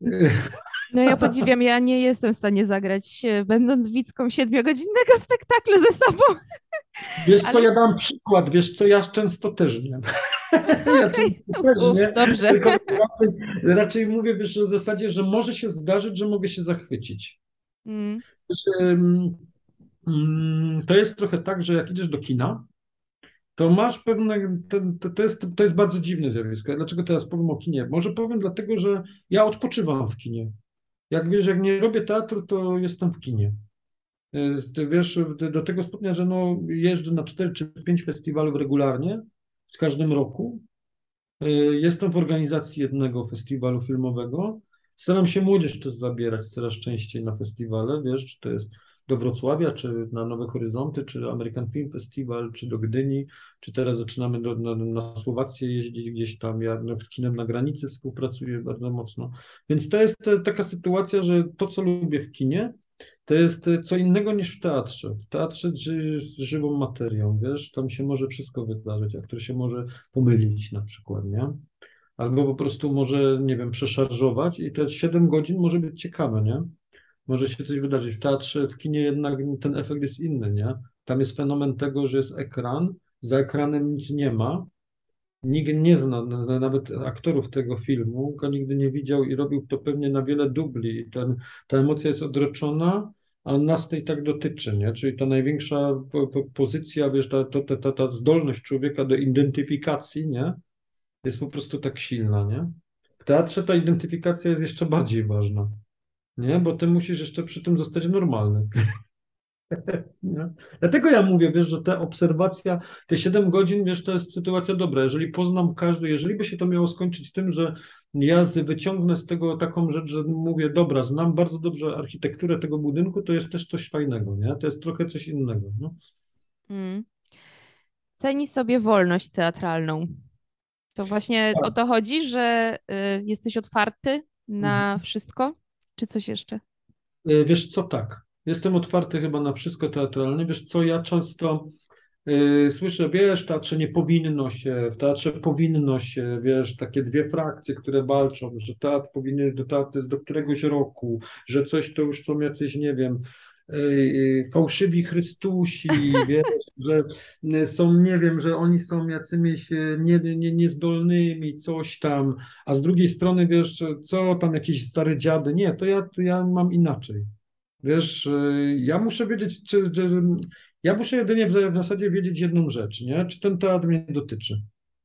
No ja podziwiam, ja nie jestem w stanie zagrać, e, będąc widzką siedmiogodzinnego spektaklu ze sobą, Wiesz co, ale ja dam przykład, wiesz co, ja często też nie. Ja okej, często też uff, nie, dobrze. tylko raczej, raczej mówię, wiesz, w zasadzie, że może się zdarzyć, że mogę się zachwycić. Mm. Wiesz, ym, ym, to jest trochę tak, że jak idziesz do kina, to masz pewne, to, to, to jest, to jest bardzo dziwne zjawisko. Dlaczego teraz powiem o kinie? Może powiem dlatego, że ja odpoczywam w kinie. Jak wiesz, jak nie robię teatru, to jestem w kinie. Jest, wiesz, do do tego stopnia, że no, jeżdżę na cztery czy pięć festiwalów regularnie, w każdym roku. Y, Jestem w organizacji jednego festiwalu filmowego. Staram się młodzież też zabierać coraz częściej na festiwale, wiesz, czy to jest do Wrocławia, czy na Nowe Horyzonty, czy American Film Festival, czy do Gdyni, czy teraz zaczynamy do, na, na Słowację jeździć gdzieś tam. Ja no, z kinem na granicy współpracuję bardzo mocno. Więc to jest e, taka sytuacja, że to, co lubię w kinie, to jest e, co innego niż w teatrze. W teatrze ży, z żywą materią, wiesz, tam się może wszystko wydarzyć, aktor się może pomylić na przykład, nie? Albo po prostu może, nie wiem, przeszarżować i te siedem godzin może być ciekawe, nie? Może się coś wydarzyć. W teatrze, w kinie jednak ten efekt jest inny, nie? Tam jest fenomen tego, że jest ekran, za ekranem nic nie ma, Nikt nie zna, na- nawet aktorów tego filmu, go nigdy nie widział i robił to pewnie na wiele dubli. I ten, ta emocja jest odroczona, a nas to i tak dotyczy, nie? Czyli ta największa po, po, pozycja, wiesz, ta, ta, ta, ta ta zdolność człowieka do identyfikacji, nie? Jest po prostu tak silna, nie? W teatrze ta identyfikacja jest jeszcze bardziej ważna, nie? Bo ty musisz jeszcze przy tym zostać normalny. Nie? Dlatego ja mówię, wiesz, że ta obserwacja, te siedem godzin, wiesz, to jest sytuacja dobra. Jeżeli poznam każdy, jeżeli by się to miało skończyć tym, że ja z, wyciągnę z tego taką rzecz, że mówię, dobra, znam bardzo dobrze architekturę tego budynku, to jest też coś fajnego, nie? To jest trochę coś innego, no. Mm. Ceni sobie wolność teatralną. To właśnie o Tak. to chodzi, że y, jesteś otwarty na Mhm. wszystko, czy coś jeszcze? E, Wiesz co, tak. Jestem otwarty chyba na wszystko teatralne. Wiesz co, ja często Yy, słyszę, wiesz, w teatrze nie powinno się, w teatrze powinno się, wiesz, takie dwie frakcje, które walczą, że teatr powinien, do teatru jest do któregoś roku, że coś to już są jacyś, nie wiem, yy, yy, fałszywi Chrystusi, wiesz, że yy, są, nie wiem, że oni są jacymiś yy, nie, nie, niezdolnymi, coś tam, a z drugiej strony, wiesz, co tam jakieś stare dziady, nie, to ja, to ja mam inaczej. Wiesz, y, ja muszę wiedzieć, czy, czy ja muszę jedynie w, w zasadzie wiedzieć jedną rzecz, nie? Czy ten teatr mnie dotyczy,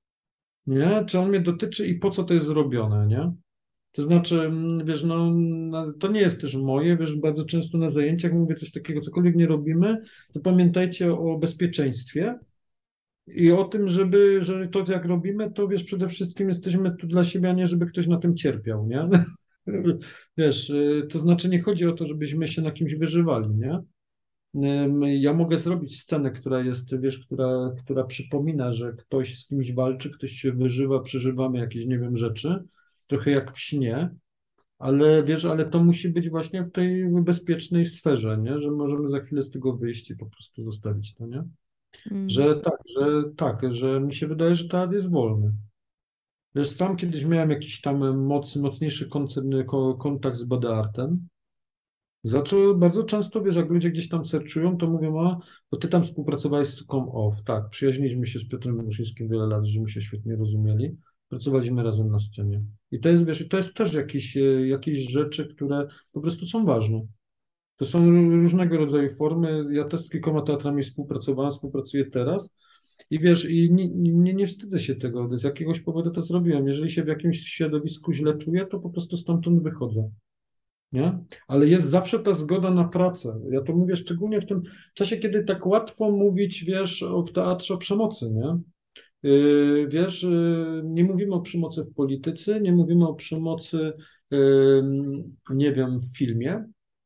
nie? Czy on mnie dotyczy i po co to jest zrobione, nie? To znaczy, mm, wiesz, no, no, to nie jest też moje, wiesz, bardzo często na zajęciach mówię coś takiego, cokolwiek nie robimy, to pamiętajcie o bezpieczeństwie i o tym, żeby, że to jak robimy, to wiesz, przede wszystkim jesteśmy tu dla siebie, a nie żeby ktoś na tym cierpiał, nie? Wiesz, y, to znaczy nie chodzi o to, żebyśmy się na kimś wyżywali, nie? Ym, Ja mogę zrobić scenę, która jest, wiesz, która, która przypomina, że ktoś z kimś walczy, ktoś się wyżywa, przeżywamy jakieś, nie wiem, rzeczy, trochę jak w śnie, ale wiesz, ale to musi być właśnie w tej bezpiecznej sferze, nie? Że możemy za chwilę z tego wyjść i po prostu zostawić to, nie? Mm. Że tak, że tak, że mi się wydaje, że teatr jest wolny. Wiesz, sam kiedyś miałem jakiś tam moc, mocniejszy koncern, ko- kontakt z body artem. Zaczął bardzo często, wiesz, jak ludzie gdzieś tam serczują, to mówią, a, bo ty tam współpracowałeś z Come Off. Tak, przyjaźniliśmy się z Piotrem Muszyńskim wiele lat, żeśmy się świetnie rozumieli. Pracowaliśmy razem na scenie. I to jest, wiesz, i to jest też jakieś, e, jakieś rzeczy, które po prostu są ważne. To są różnego rodzaju formy. Ja też z kilkoma teatrami współpracowałem, współpracuję teraz. I wiesz, i nie, nie, nie wstydzę się tego, z jakiegoś powodu to zrobiłem. Jeżeli się w jakimś środowisku źle czuję, to po prostu stamtąd wychodzę, nie? Ale jest zawsze ta zgoda na pracę. Ja to mówię szczególnie w tym czasie, kiedy tak łatwo mówić, wiesz, o, w teatrze o przemocy, nie? Yy, wiesz, yy, nie mówimy o przemocy w polityce, nie mówimy o przemocy, yy, nie wiem, w filmie,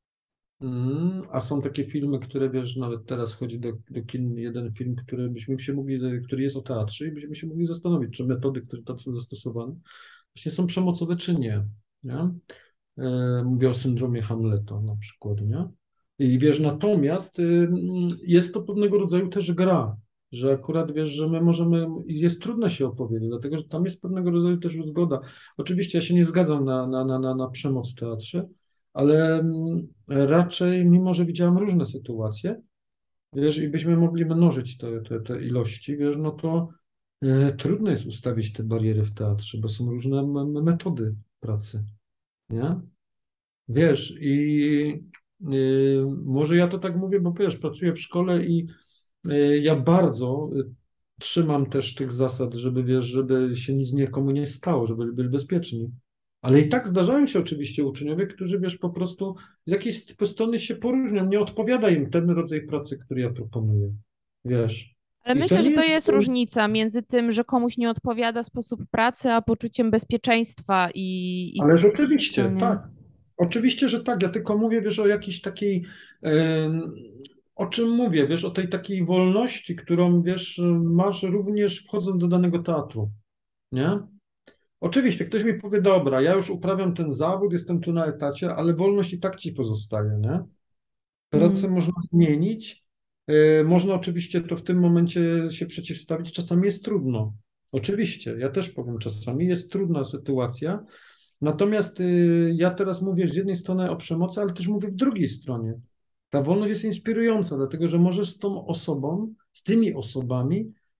mm, a są takie filmy, które, wiesz, nawet teraz chodzi do, do kin jeden film, który byśmy się mogli, który jest o teatrze i byśmy się mogli zastanowić, czy metody, które tam są zastosowane, właśnie są przemocowe, czy nie, nie? E, Mówię o syndromie Hamleta na przykład, nie? I wiesz, natomiast y, jest to pewnego rodzaju też gra, że akurat wiesz, że my możemy, i jest trudno się opowiedzieć, dlatego że tam jest pewnego rodzaju też zgoda. Oczywiście ja się nie zgadzam na, na, na, na, na przemoc w teatrze, ale mm, raczej, mimo że widziałem różne sytuacje, wiesz, i byśmy mogli mnożyć te, te, te ilości, wiesz, no to e, trudno jest ustawić te bariery w teatrze, bo są różne m- m- metody pracy, nie? Wiesz, i y, może ja to tak mówię, bo wiesz, pracuję w szkole i y, ja bardzo y, trzymam też tych zasad, żeby wiesz, żeby się nic nikomu nie stało, żeby byli bezpieczni. Ale i tak zdarzają się oczywiście uczniowie, którzy wiesz, po prostu z jakiejś strony się poróżnią, nie odpowiada im ten rodzaj pracy, który ja proponuję. Wiesz. Ale I to myślę, że nie to jest. jest różnica między tym, że komuś nie odpowiada sposób pracy, a poczuciem bezpieczeństwa i, i Ależ co oczywiście, nie? tak. Oczywiście, że tak. Ja tylko mówię, wiesz, o jakiejś takiej, em, o czym mówię, wiesz, o tej takiej wolności, którą, wiesz, masz również wchodząc do danego teatru, nie? Oczywiście, ktoś mi powie, dobra, ja już uprawiam ten zawód, jestem tu na etacie, ale wolność i tak ci pozostaje, nie? Pracę Mhm. można zmienić, e, można oczywiście to w tym momencie się przeciwstawić, czasami jest trudno. Oczywiście, ja też powiem, czasami jest trudna sytuacja, natomiast y, ja teraz mówię z jednej strony o przemocy, ale też mówię w drugiej stronie. Ta wolność jest inspirująca, dlatego że możesz z tą osobą, z tymi osobami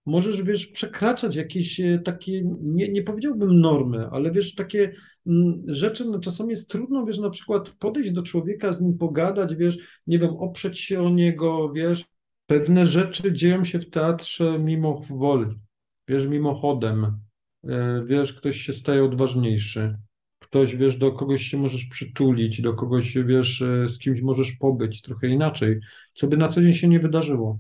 możesz, wiesz, przekraczać jakieś e, takie, nie, nie powiedziałbym normy, ale wiesz, takie mm, rzeczy, no czasami jest trudno, wiesz, na przykład podejść do człowieka, z nim pogadać, wiesz, nie wiem, oprzeć się o niego, wiesz, pewne rzeczy dzieją się w teatrze mimo woli, wiesz, mimochodem, e, wiesz, ktoś się staje odważniejszy. Ktoś, wiesz, do kogoś się możesz przytulić, do kogoś, wiesz, e, z kimś możesz pobyć trochę inaczej, co by na co dzień się nie wydarzyło.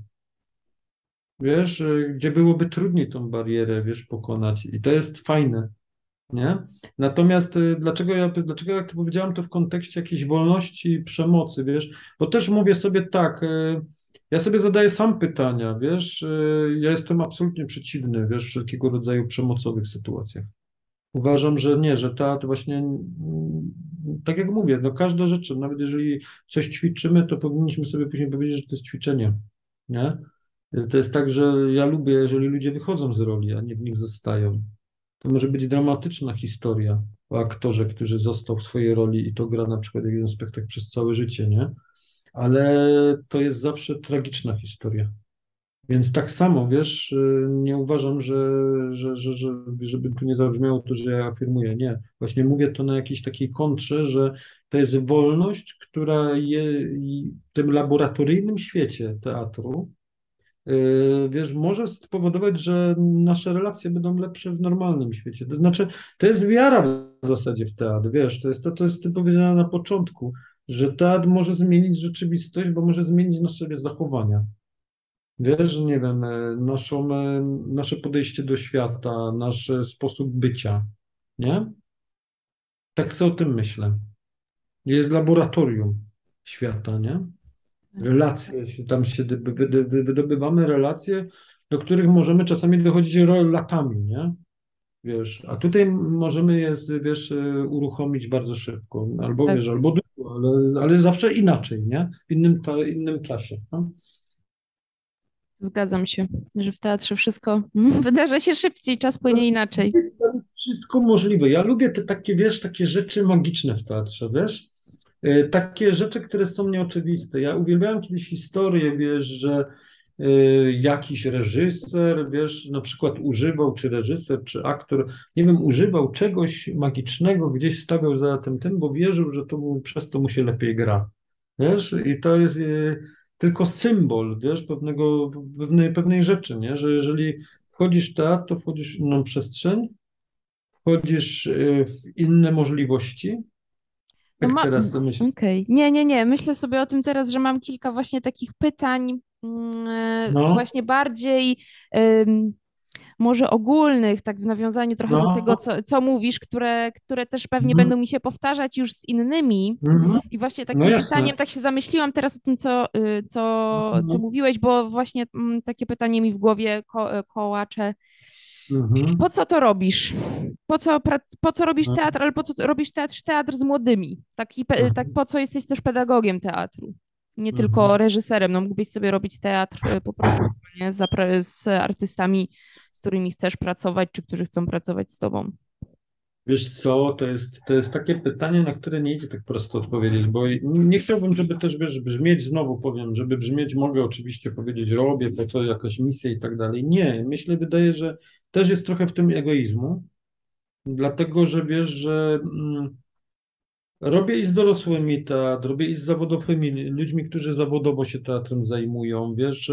Wiesz, e, gdzie byłoby trudniej tą barierę, wiesz, pokonać. I to jest fajne, nie? Natomiast e, dlaczego ja, dlaczego jak to powiedziałem, to w kontekście jakiejś wolności i przemocy, wiesz? Bo też mówię sobie tak, e, ja sobie zadaję sam pytania, wiesz? e, Ja jestem absolutnie przeciwny, wiesz, wszelkiego rodzaju przemocowych sytuacjach. Uważam, że nie, że teatr właśnie, mm, tak jak mówię, no każda rzecz, nawet jeżeli coś ćwiczymy, to powinniśmy sobie później powiedzieć, że to jest ćwiczenie, nie? To jest tak, że ja lubię, jeżeli ludzie wychodzą z roli, a nie w nich zostają. To może być dramatyczna historia o aktorze, który został w swojej roli i to gra na przykład jeden spektakl przez całe życie, nie? Ale to jest zawsze tragiczna historia. Więc tak samo, wiesz, y, nie uważam, że, że, że, że, żeby tu nie zabrzmiało to, że ja afirmuję. Nie. Właśnie mówię to na jakiejś takiej kontrze, że to jest wolność, która je, i w tym laboratoryjnym świecie teatru, y, wiesz, może spowodować, że nasze relacje będą lepsze w normalnym świecie. To znaczy, to jest wiara w zasadzie w teatr, wiesz, to jest to, co jest ty powiedziane na początku, że teatr może zmienić rzeczywistość, bo może zmienić nasze zachowania. Wiesz, że nie wiem, e, naszą, e, nasze podejście do świata, nasz e, sposób bycia, nie? Tak sobie o tym myślę. Jest laboratorium świata, nie? Relacje, się- tam się wy- wy- wy- wydobywamy relacje, do których możemy czasami dochodzić ro- latami, nie? Wiesz, a tutaj możemy je, wiesz, e, uruchomić bardzo szybko, albo Tak. wiesz, albo długo, ale, ale zawsze inaczej, nie? W innym, ta, innym czasie. No? Zgadzam się, że w teatrze wszystko wydarza się szybciej, czas płynie inaczej. Tam wszystko możliwe. Ja lubię te takie, wiesz, takie rzeczy magiczne w teatrze, wiesz? E, Takie rzeczy, które są nieoczywiste. Ja uwielbiałem kiedyś historię, wiesz, że e, jakiś reżyser, wiesz, na przykład używał, czy reżyser, czy aktor, nie wiem, używał czegoś magicznego, gdzieś stawiał za tym tym, bo wierzył, że to mu, przez to mu się lepiej gra. Wiesz, i to jest e, tylko symbol, wiesz, pewnego, pewnej, pewnej rzeczy, nie? Że jeżeli wchodzisz w teatr, to wchodzisz w inną przestrzeń, wchodzisz y, w inne możliwości. No Jak ma... teraz sobie myślę? Okej. Nie, nie, nie. Myślę sobie o tym teraz, że mam kilka właśnie takich pytań, mm, e, No, właśnie bardziej em, może ogólnych, tak w nawiązaniu trochę do tego, no, co, co mówisz, które, które też pewnie mhm, będą mi się powtarzać już z innymi. mhm. I właśnie No takim jasne. pytaniem, tak się zamyśliłam teraz o tym, co, y, co, co Mhm, mówiłeś, bo właśnie mm, takie pytanie mi w głowie ko kołacze. mhm, Po co to robisz? Po co, prac- po co robisz teatr, ale po co robisz teatr, teatr z młodymi? Tak, i pe- tak mhm, po co jesteś też pedagogiem teatru? Nie tylko mhm. reżyserem. No, mógłbyś sobie robić teatr y, po prostu nie, z, zapra- z artystami, z którymi chcesz pracować, czy którzy chcą pracować z tobą. Wiesz co, to jest, to jest takie pytanie, na które nie idzie tak prosto odpowiedzieć, bo nie chciałbym, żeby też, wiesz, brzmieć, znowu powiem, żeby brzmieć, mogę oczywiście powiedzieć, robię, po to jakaś misja i tak dalej. Nie, myślę, wydaje, że też jest trochę w tym egoizmu, dlatego, że wiesz, że mm, robię i z dorosłymi teatr, robię i z zawodowymi ludźmi, którzy zawodowo się teatrem zajmują. Wiesz, e,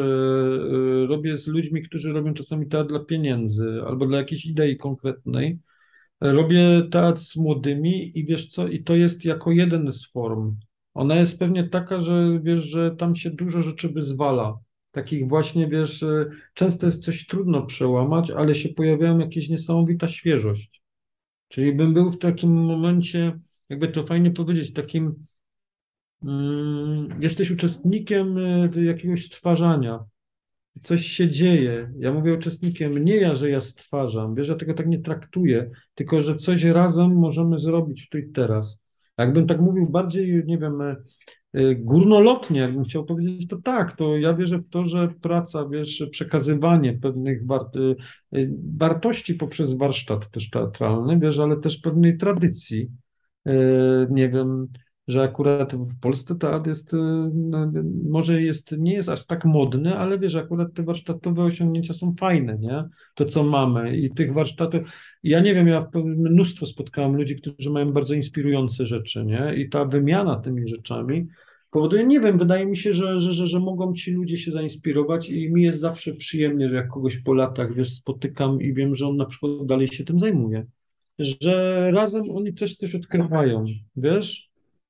e, robię z ludźmi, którzy robią czasami teatr dla pieniędzy albo dla jakiejś idei konkretnej. E, Robię teatr z młodymi i wiesz co, i to jest jako jeden z form. Ona jest pewnie taka, że wiesz, że tam się dużo rzeczy wyzwala. Takich właśnie, wiesz, e, często jest coś trudno przełamać, ale się pojawiają jakieś niesamowita świeżość. Czyli bym był w takim momencie, jakby to fajnie powiedzieć, takim, mm, jesteś uczestnikiem y, jakiegoś stwarzania. Coś się dzieje. Ja mówię uczestnikiem, nie ja, że ja stwarzam. Wiesz, ja tego tak nie traktuję, tylko że coś razem możemy zrobić tu i teraz. Jakbym tak mówił bardziej, nie wiem, y, y, górnolotnie, jakbym chciał powiedzieć, to tak, to ja wierzę w to, że praca, wiesz, przekazywanie pewnych wart y, y, wartości poprzez warsztat też teatralny, wiesz, ale też pewnej tradycji, y, nie wiem, że akurat w Polsce teatr jest, y, no, może jest, nie jest aż tak modny, ale wiesz, akurat te warsztatowe osiągnięcia są fajne, nie? To, co mamy i tych warsztatów, ja nie wiem, ja mnóstwo spotkałem ludzi, którzy mają bardzo inspirujące rzeczy, nie? I ta wymiana tymi rzeczami powoduje, nie wiem, wydaje mi się, że, że, że, że mogą ci ludzie się zainspirować i mi jest zawsze przyjemnie, że jak kogoś po latach, wiesz, spotykam i wiem, że on na przykład dalej się tym zajmuje, że razem oni coś też odkrywają, wiesz,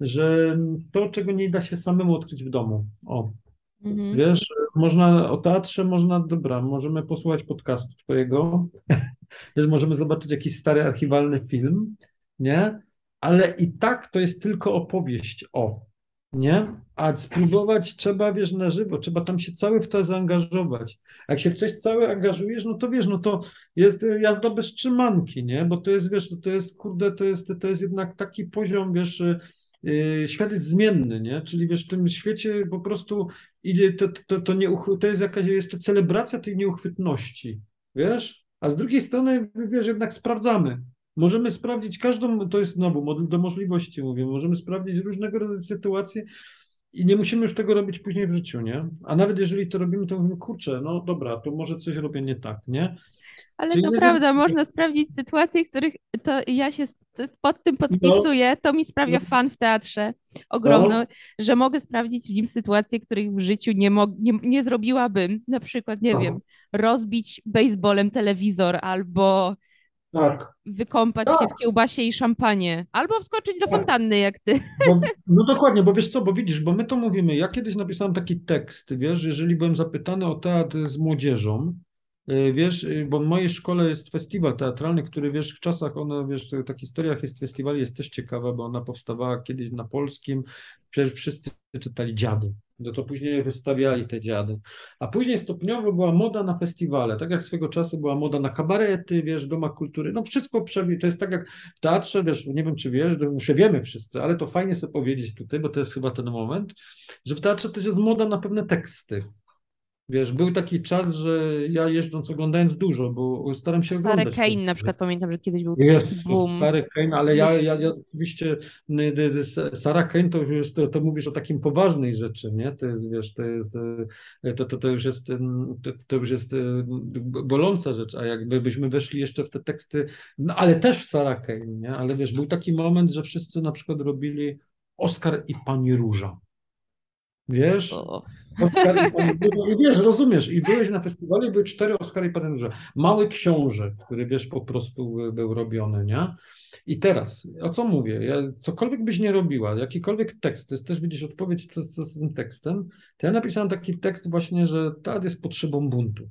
że to, czego nie da się samemu odkryć w domu. O, Mhm. wiesz, można o teatrze, można, dobra, możemy posłuchać podcastu twojego, wiesz, możemy zobaczyć jakiś stary archiwalny film, nie? Ale i tak to jest tylko opowieść o, nie? A spróbować trzeba, wiesz, na żywo, trzeba tam się cały w to zaangażować. Jak się w coś cały angażujesz, no to wiesz, no to jest jazda bez trzymanki, nie? Bo to jest, wiesz, to jest, kurde, to jest, to jest jednak taki poziom, wiesz, yy, świat jest zmienny, nie? Czyli wiesz, w tym świecie po prostu idzie, to, to, to, nie, to jest jakaś jeszcze celebracja tej nieuchwytności, wiesz? A z drugiej strony, wiesz, jednak sprawdzamy. Możemy sprawdzić każdą, to jest znowu mod- do możliwości mówię, możemy sprawdzić różnego rodzaju sytuacje i nie musimy już tego robić później w życiu, nie? A nawet jeżeli to robimy, to mówimy, kurczę, no dobra, to może coś robię nie tak, nie? Ale Czyli to jeżeli, prawda, można sprawdzić sytuacje, w których to ja się z- pod tym no, podpisuję. To mi no, sprawia fan w teatrze ogromną, no, że mogę sprawdzić w nim sytuacje, których w życiu nie, mo- nie, nie zrobiłabym. Na przykład, nie wiem, no, rozbić baseballem telewizor albo tak, wykąpać się w tak, kiełbasie i szampanie, albo wskoczyć do tak. fontanny jak ty. Bo, no dokładnie, bo wiesz co, bo widzisz, bo my to mówimy. Ja kiedyś napisałem taki tekst, wiesz, jeżeli byłem zapytany o teatr z młodzieżą, y, wiesz, y, bo w mojej szkole jest festiwal teatralny, który wiesz, w czasach, ona, wiesz, ta historia jest festiwali jest też ciekawa, bo ona powstawała kiedyś na polskim, przecież wszyscy czytali Dziady. No to później wystawiali te dziady. A później stopniowo była moda na festiwale, tak jak swego czasu była moda na kabarety, wiesz, w domach kultury. No wszystko przebi, to jest tak jak w teatrze, wiesz, nie wiem czy wiesz, że wiemy wszyscy, ale to fajnie sobie powiedzieć tutaj, bo to jest chyba ten moment, że w teatrze też jest moda na pewne teksty. Wiesz, był taki czas, że ja jeżdżąc, oglądając dużo, bo staram się Sarah oglądać Kane też. na przykład pamiętam, że kiedyś był taki Jest boom. Sarah Kane, ale ja, Myś... ja, ja oczywiście y, y, y, Sarah Kane to już jest, to, to mówisz o takim poważnej rzeczy, nie? To jest, wiesz, to jest, y, to, to, to już jest, ym, to, to już jest y, boląca rzecz, a jakby byśmy weszli jeszcze w te teksty, no ale też Sarah Kane, nie? Ale wiesz, był taki moment, że wszyscy na przykład robili Oskar i Pani Róża. Wiesz? O. Oskar i Pani Róża. I wiesz, rozumiesz, i byłeś na festiwalu, i były cztery Oskary i Pani Róża. Mały książę, który wiesz, po prostu był robiony, nie? I teraz, o co mówię? Ja, cokolwiek byś nie robiła, jakikolwiek tekst, to jest też, widzisz, odpowiedź co, co z tym tekstem, to ja napisałem taki tekst właśnie, że teatr jest potrzebą buntu.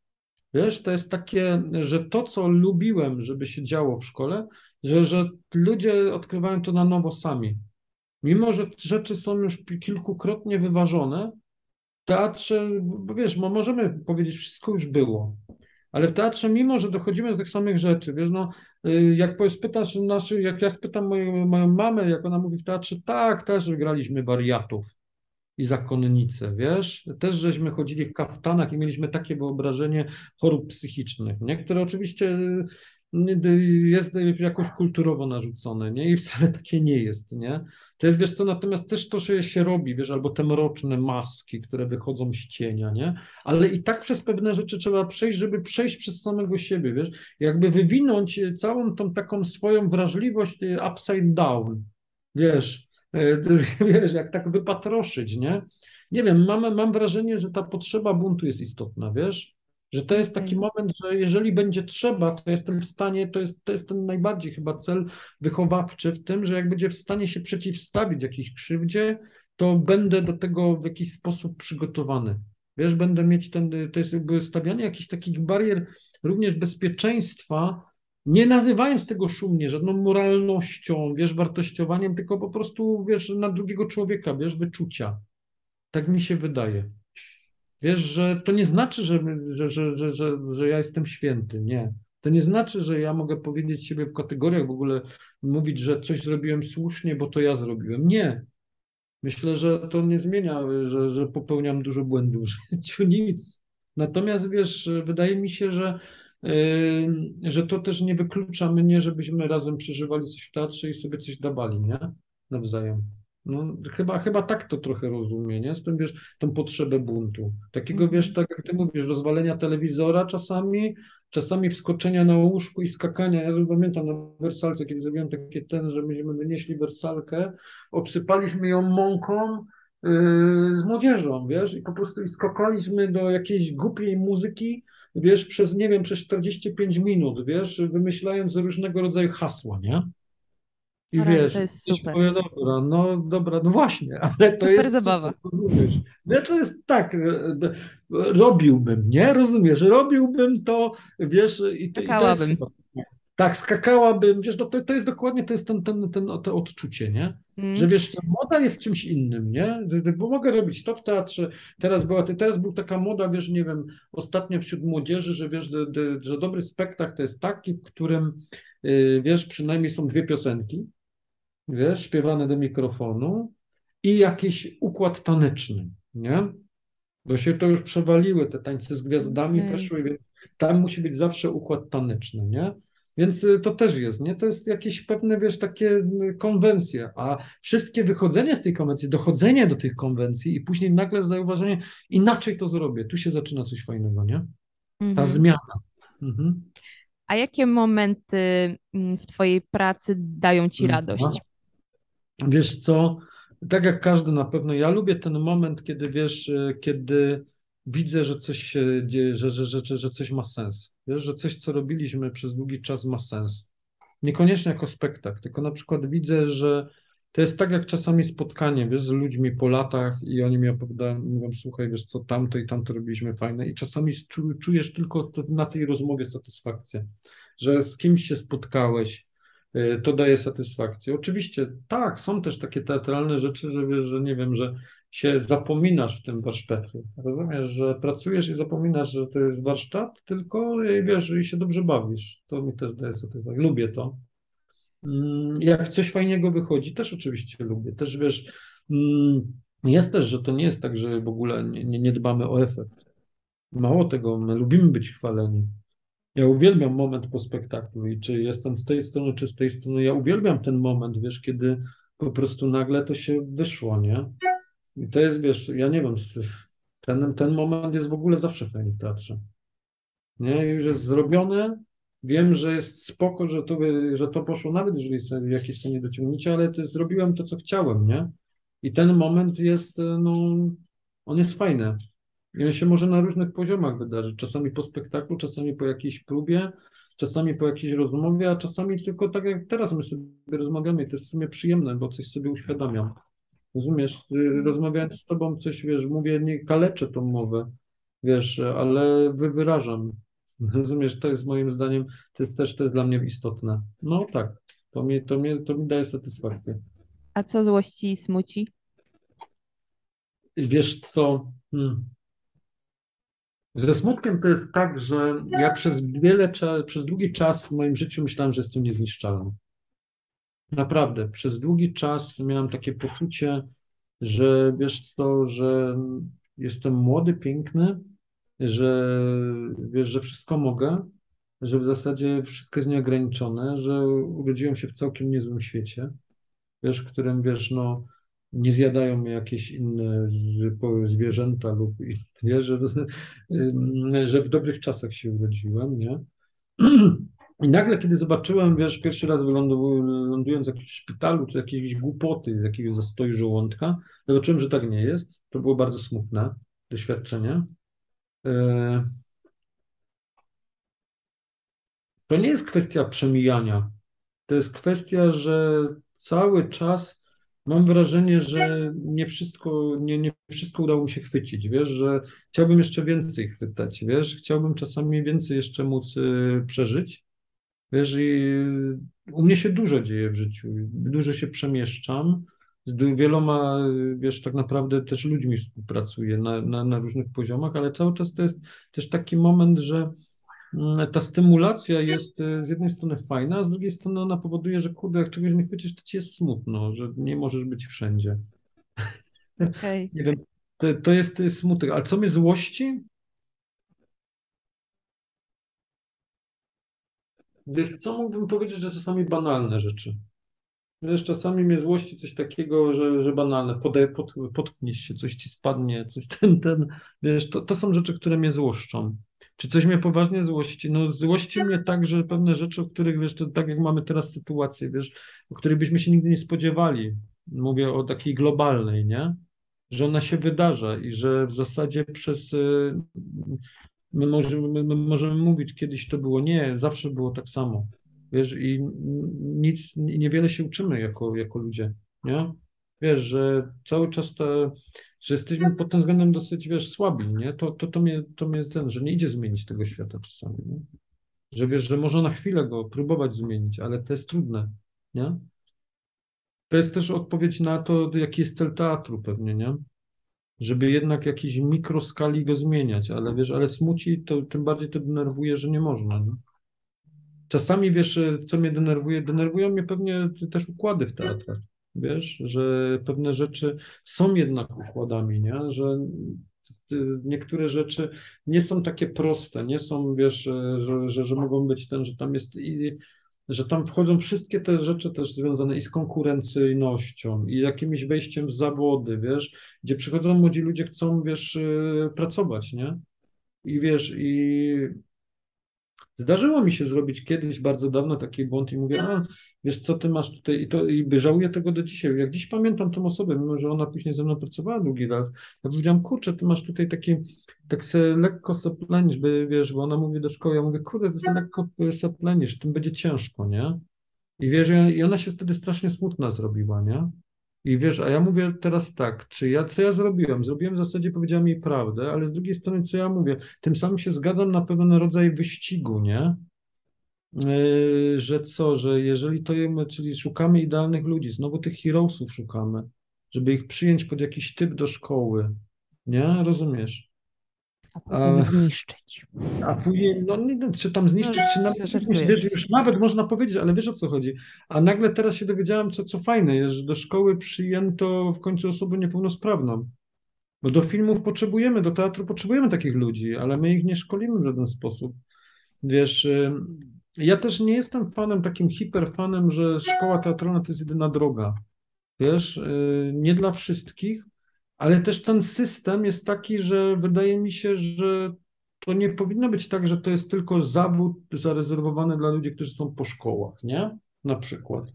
Wiesz, to jest takie, że to, co lubiłem, żeby się działo w szkole, że, że ludzie odkrywają to na nowo sami. Mimo, że rzeczy są już kilkukrotnie wyważone, w teatrze, bo wiesz, mo- możemy powiedzieć, wszystko już było. Ale w teatrze, mimo że dochodzimy do tych samych rzeczy, wiesz, no, y, jak powiedz- spytasz, znaczy, jak ja spytam moją, moją mamę, jak ona mówi w teatrze, tak, też graliśmy wariatów i zakonnice, wiesz, też żeśmy chodzili w kaftanach i mieliśmy takie wyobrażenie chorób psychicznych, nie? Które oczywiście y, y, jest jakoś kulturowo narzucone, nie? I wcale takie nie jest, nie? To jest, wiesz co, natomiast też to, że się robi, wiesz, albo te mroczne maski, które wychodzą z cienia, nie? Ale i tak przez pewne rzeczy trzeba przejść, żeby przejść przez samego siebie, wiesz? Jakby wywinąć całą tą taką swoją wrażliwość y, upside down, wiesz? E, Wiesz, jak tak wypatroszyć, nie? Nie wiem, mam, mam wrażenie, że ta potrzeba buntu jest istotna, wiesz? Że to jest taki Okej. moment, że jeżeli będzie trzeba, to jestem w stanie, to jest, to jest ten najbardziej chyba cel wychowawczy w tym, że jak będzie w stanie się przeciwstawić jakiejś krzywdzie, to będę do tego w jakiś sposób przygotowany. Wiesz, będę mieć ten, to jest jakby stawianie jakichś takich barier również bezpieczeństwa, nie nazywając tego szumnie, żadną moralnością, wiesz, wartościowaniem, tylko po prostu, wiesz, na drugiego człowieka, wiesz, wyczucia. Tak mi się wydaje. Wiesz, że to nie znaczy, że, że, że, że, że, że ja jestem święty, nie. To nie znaczy, że ja mogę powiedzieć siebie w kategoriach, w ogóle mówić, że coś zrobiłem słusznie, bo to ja zrobiłem. Nie. Myślę, że to nie zmienia, że, że popełniam dużo błędów w życiu, nic. Natomiast wiesz, wydaje mi się, że, yy, że to też nie wyklucza mnie, żebyśmy razem przeżywali coś w teatrze i sobie coś dawali, nie? Nawzajem. No, chyba, chyba tak to trochę rozumie, nie? Z tym, wiesz, tą potrzebę buntu. Takiego, wiesz, Mhm. tak jak ty mówisz, rozwalenia telewizora czasami, czasami wskoczenia na łóżku i skakania. Ja pamiętam na wersalce, kiedy zrobiłem takie ten, że myśmy wynieśli wersalkę, obsypaliśmy ją mąką yy, z młodzieżą, wiesz, i po prostu i skakaliśmy do jakiejś głupiej muzyki, wiesz, przez, nie wiem, przez czterdzieści pięć minut, wiesz, wymyślając różnego rodzaju hasła, nie? I O rany, wiesz, to jest ktoś super. powie, dobra, no dobra, no właśnie, ale to Super jest super, zabawa. rozumiesz. No to jest tak, e, e, robiłbym, nie? Rozumiesz, robiłbym to, wiesz, i to, i to jest Skakałabym. chyba, tak, skakałabym, wiesz, no to, to jest dokładnie, to jest ten, ten, ten, to odczucie, nie? Mm. Że wiesz, ta moda jest czymś innym, nie? Bo mogę robić to w teatrze, teraz była, teraz był taka moda, wiesz, nie wiem, ostatnio wśród młodzieży, że wiesz, że, że dobry spektakl to jest taki, w którym, y, wiesz, przynajmniej są dwie piosenki, wiesz, śpiewane do mikrofonu i jakiś układ taneczny, nie? Bo się to już przewaliły, te tańce z gwiazdami Okej. poszły, więc tam musi być zawsze układ taneczny, nie? Więc y, to też jest, nie? To jest jakieś pewne, wiesz, takie y, konwencje, a wszystkie wychodzenie z tej konwencji, dochodzenie do tych konwencji i później nagle zauważenie, inaczej to zrobię, tu się zaczyna coś fajnego, nie? Ta Mhm. zmiana. Mhm. A jakie momenty mm, w twojej pracy dają ci Mhm. radość? Wiesz co, tak jak każdy na pewno, ja lubię ten moment, kiedy wiesz, e, kiedy widzę, że coś się dzieje, że, że, że, że że coś ma sens. Wiesz, że coś, co robiliśmy przez długi czas, ma sens. Niekoniecznie jako spektakl, tylko na przykład widzę, że to jest tak jak czasami spotkanie, wiesz, z ludźmi po latach i oni mi opowiadają, mówią, słuchaj, wiesz co, tamto i tamto robiliśmy fajne i czasami czu, czujesz tylko to, na tej rozmowie satysfakcję, że z kimś się spotkałeś, y, to daje satysfakcję. Oczywiście tak, są też takie teatralne rzeczy, że wiesz, że nie wiem, że się zapominasz w tym warsztacie. Rozumiesz, że pracujesz i zapominasz, że to jest warsztat, tylko y, wiesz, i się dobrze bawisz. To mi też daje satysfakcję. Lubię to. Mm, Jak coś fajnego wychodzi, też oczywiście lubię. Też wiesz, mm, jest też, że to nie jest tak, że w ogóle nie, nie, nie dbamy o efekt. Mało tego, my lubimy być chwaleni. Ja uwielbiam moment po spektaklu i czy jestem z tej strony, czy z tej strony, ja uwielbiam ten moment, wiesz, kiedy po prostu nagle to się wyszło, nie? I to jest, wiesz, ja nie wiem, ten, ten moment jest w ogóle zawsze fajny w teatrze. Nie, już jest zrobione. Wiem, że jest spoko, że to, by- że to poszło, nawet jeżeli są jakieś są niedociągnięcia, ale to zrobiłem to, co chciałem, nie? I ten moment jest, e, no, on jest fajny. I on się może na różnych poziomach wydarzyć. Czasami po spektaklu, czasami po jakiejś próbie, czasami po jakiejś rozmowie, a czasami tylko tak jak teraz my sobie rozmawiamy. To jest w sumie przyjemne, bo coś sobie uświadamiam. Rozumiesz, y, Mm. rozmawiając z tobą coś, wiesz, mówię, nie kaleczę tą mowę, wiesz, ale wy wyrażam. Rozumiesz, to jest moim zdaniem, to jest też, to jest dla mnie istotne. No tak, to mi, to mi, to mi daje satysfakcję. A co złości i smuci? I wiesz co, hmm. Ze smutkiem to jest tak, że ja przez wiele, cza- przez długi czas w moim życiu myślałem, że jestem niezniszczalny. Naprawdę, przez długi czas miałem takie poczucie, że wiesz co, że jestem młody, piękny, że wiesz, że wszystko mogę, że w zasadzie wszystko jest nieograniczone, że urodziłem się w całkiem niezłym świecie, wiesz, w którym wiesz, no nie zjadają mnie jakieś inne z- po- zwierzęta lub i- wiesz, że, że w dobrych czasach się urodziłem, nie? I nagle, kiedy zobaczyłem, wiesz, pierwszy raz wylądu- lądując w jakimś szpitalu, czy jakieś głupoty z jakiegoś zastoju żołądka, zobaczyłem, że tak nie jest. To było bardzo smutne doświadczenie. E, To nie jest kwestia przemijania. To jest kwestia, że cały czas mam wrażenie, że nie wszystko, nie, nie wszystko udało mi się chwycić, wiesz, że chciałbym jeszcze więcej chwytać, wiesz, chciałbym czasami więcej jeszcze móc y, przeżyć. Wiesz, i u mnie się dużo dzieje w życiu, dużo się przemieszczam, z du- wieloma, wiesz, tak naprawdę też ludźmi współpracuję na, na, na różnych poziomach, ale cały czas to jest też taki moment, że mm, ta stymulacja jest e, z jednej strony fajna, a z drugiej strony ona powoduje, że kurde, jak czegoś nie chwycisz, to ci jest smutno, że nie możesz być wszędzie. Okej. Nie wiem, to, to jest, to jest smutek. A co mnie złości? Wiesz, co mógłbym powiedzieć, że czasami banalne rzeczy. Wiesz, czasami mnie złości coś takiego, że, że banalne, Pode, pod, potkniesz się, coś ci spadnie, coś ten, ten, wiesz, to, to są rzeczy, które mnie złoszczą. Czy coś mnie poważnie złości? No złości mnie tak, że pewne rzeczy, o których, wiesz, to tak jak mamy teraz sytuację, wiesz, o której byśmy się nigdy nie spodziewali. Mówię o takiej globalnej, nie? Że ona się wydarza i że w zasadzie przez, y, my możemy, my możemy mówić, kiedyś to było nie, zawsze było tak samo. Wiesz, i nic, niewiele się uczymy jako, jako ludzie, nie? Wiesz, że cały czas te, że jesteśmy pod tym względem dosyć, wiesz, słabi, nie? To, to, to mnie, to mnie ten, że nie idzie zmienić tego świata czasami, nie? Że wiesz, że można na chwilę go próbować zmienić, ale to jest trudne, nie? To jest też odpowiedź na to, jaki jest cel teatru pewnie, nie? Żeby jednak w jakiejś mikroskali go zmieniać, ale wiesz, ale smuci, to tym bardziej to denerwuje, że nie można, nie? Czasami wiesz, co mnie denerwuje? Denerwują mnie pewnie też układy w teatrach. Wiesz, że pewne rzeczy są jednak układami, nie? Że niektóre rzeczy nie są takie proste, nie są, wiesz, że, że, że mogą być ten, że tam jest i że tam wchodzą wszystkie te rzeczy też związane i z konkurencyjnością, i jakimś wejściem w zawody, wiesz, gdzie przychodzą młodzi ludzie, chcą, wiesz, pracować, nie? I wiesz, i zdarzyło mi się zrobić kiedyś, bardzo dawno, taki błąd i mówię, a wiesz co, ty masz tutaj, i to i żałuję tego do dzisiaj. Jak dziś pamiętam tę osobę, mimo że ona później ze mną pracowała długi lat, ja powiedziałam, kurczę, ty masz tutaj taki, tak se lekko seplenisz, by, wiesz, bo ona mówi do szkoły, ja mówię, kurde, ty se lekko seplenisz, tym będzie ciężko, nie? I wiesz, i ona się wtedy strasznie smutna zrobiła, nie? I wiesz, a ja mówię teraz tak, czy ja, co ja zrobiłem? Zrobiłem w zasadzie, powiedziałem jej prawdę, ale z drugiej strony, co ja mówię? Tym samym się zgadzam na pewien rodzaj wyścigu, nie? Yy, że co, że jeżeli to jemy, czyli szukamy idealnych ludzi, znowu tych heroesów szukamy, żeby ich przyjąć pod jakiś typ do szkoły, nie? Rozumiesz? A potem A, zniszczyć. a później, no nie wiem, czy tam No, zniszczyć, czy nawet, żartuję. wiesz, już nawet można powiedzieć, ale wiesz o co chodzi. A nagle teraz się dowiedziałem, co, co fajne jest, że do szkoły przyjęto w końcu osobę niepełnosprawną. Bo do filmów potrzebujemy, do teatru potrzebujemy takich ludzi, ale my ich nie szkolimy w żaden sposób. Wiesz, y, ja też nie jestem fanem, takim hiperfanem, że szkoła teatralna to jest jedyna droga. Wiesz, y, nie dla wszystkich, ale też ten system jest taki, że wydaje mi się, że to nie powinno być tak, że to jest tylko zawód zarezerwowany dla ludzi, którzy są po szkołach, nie? Na przykład.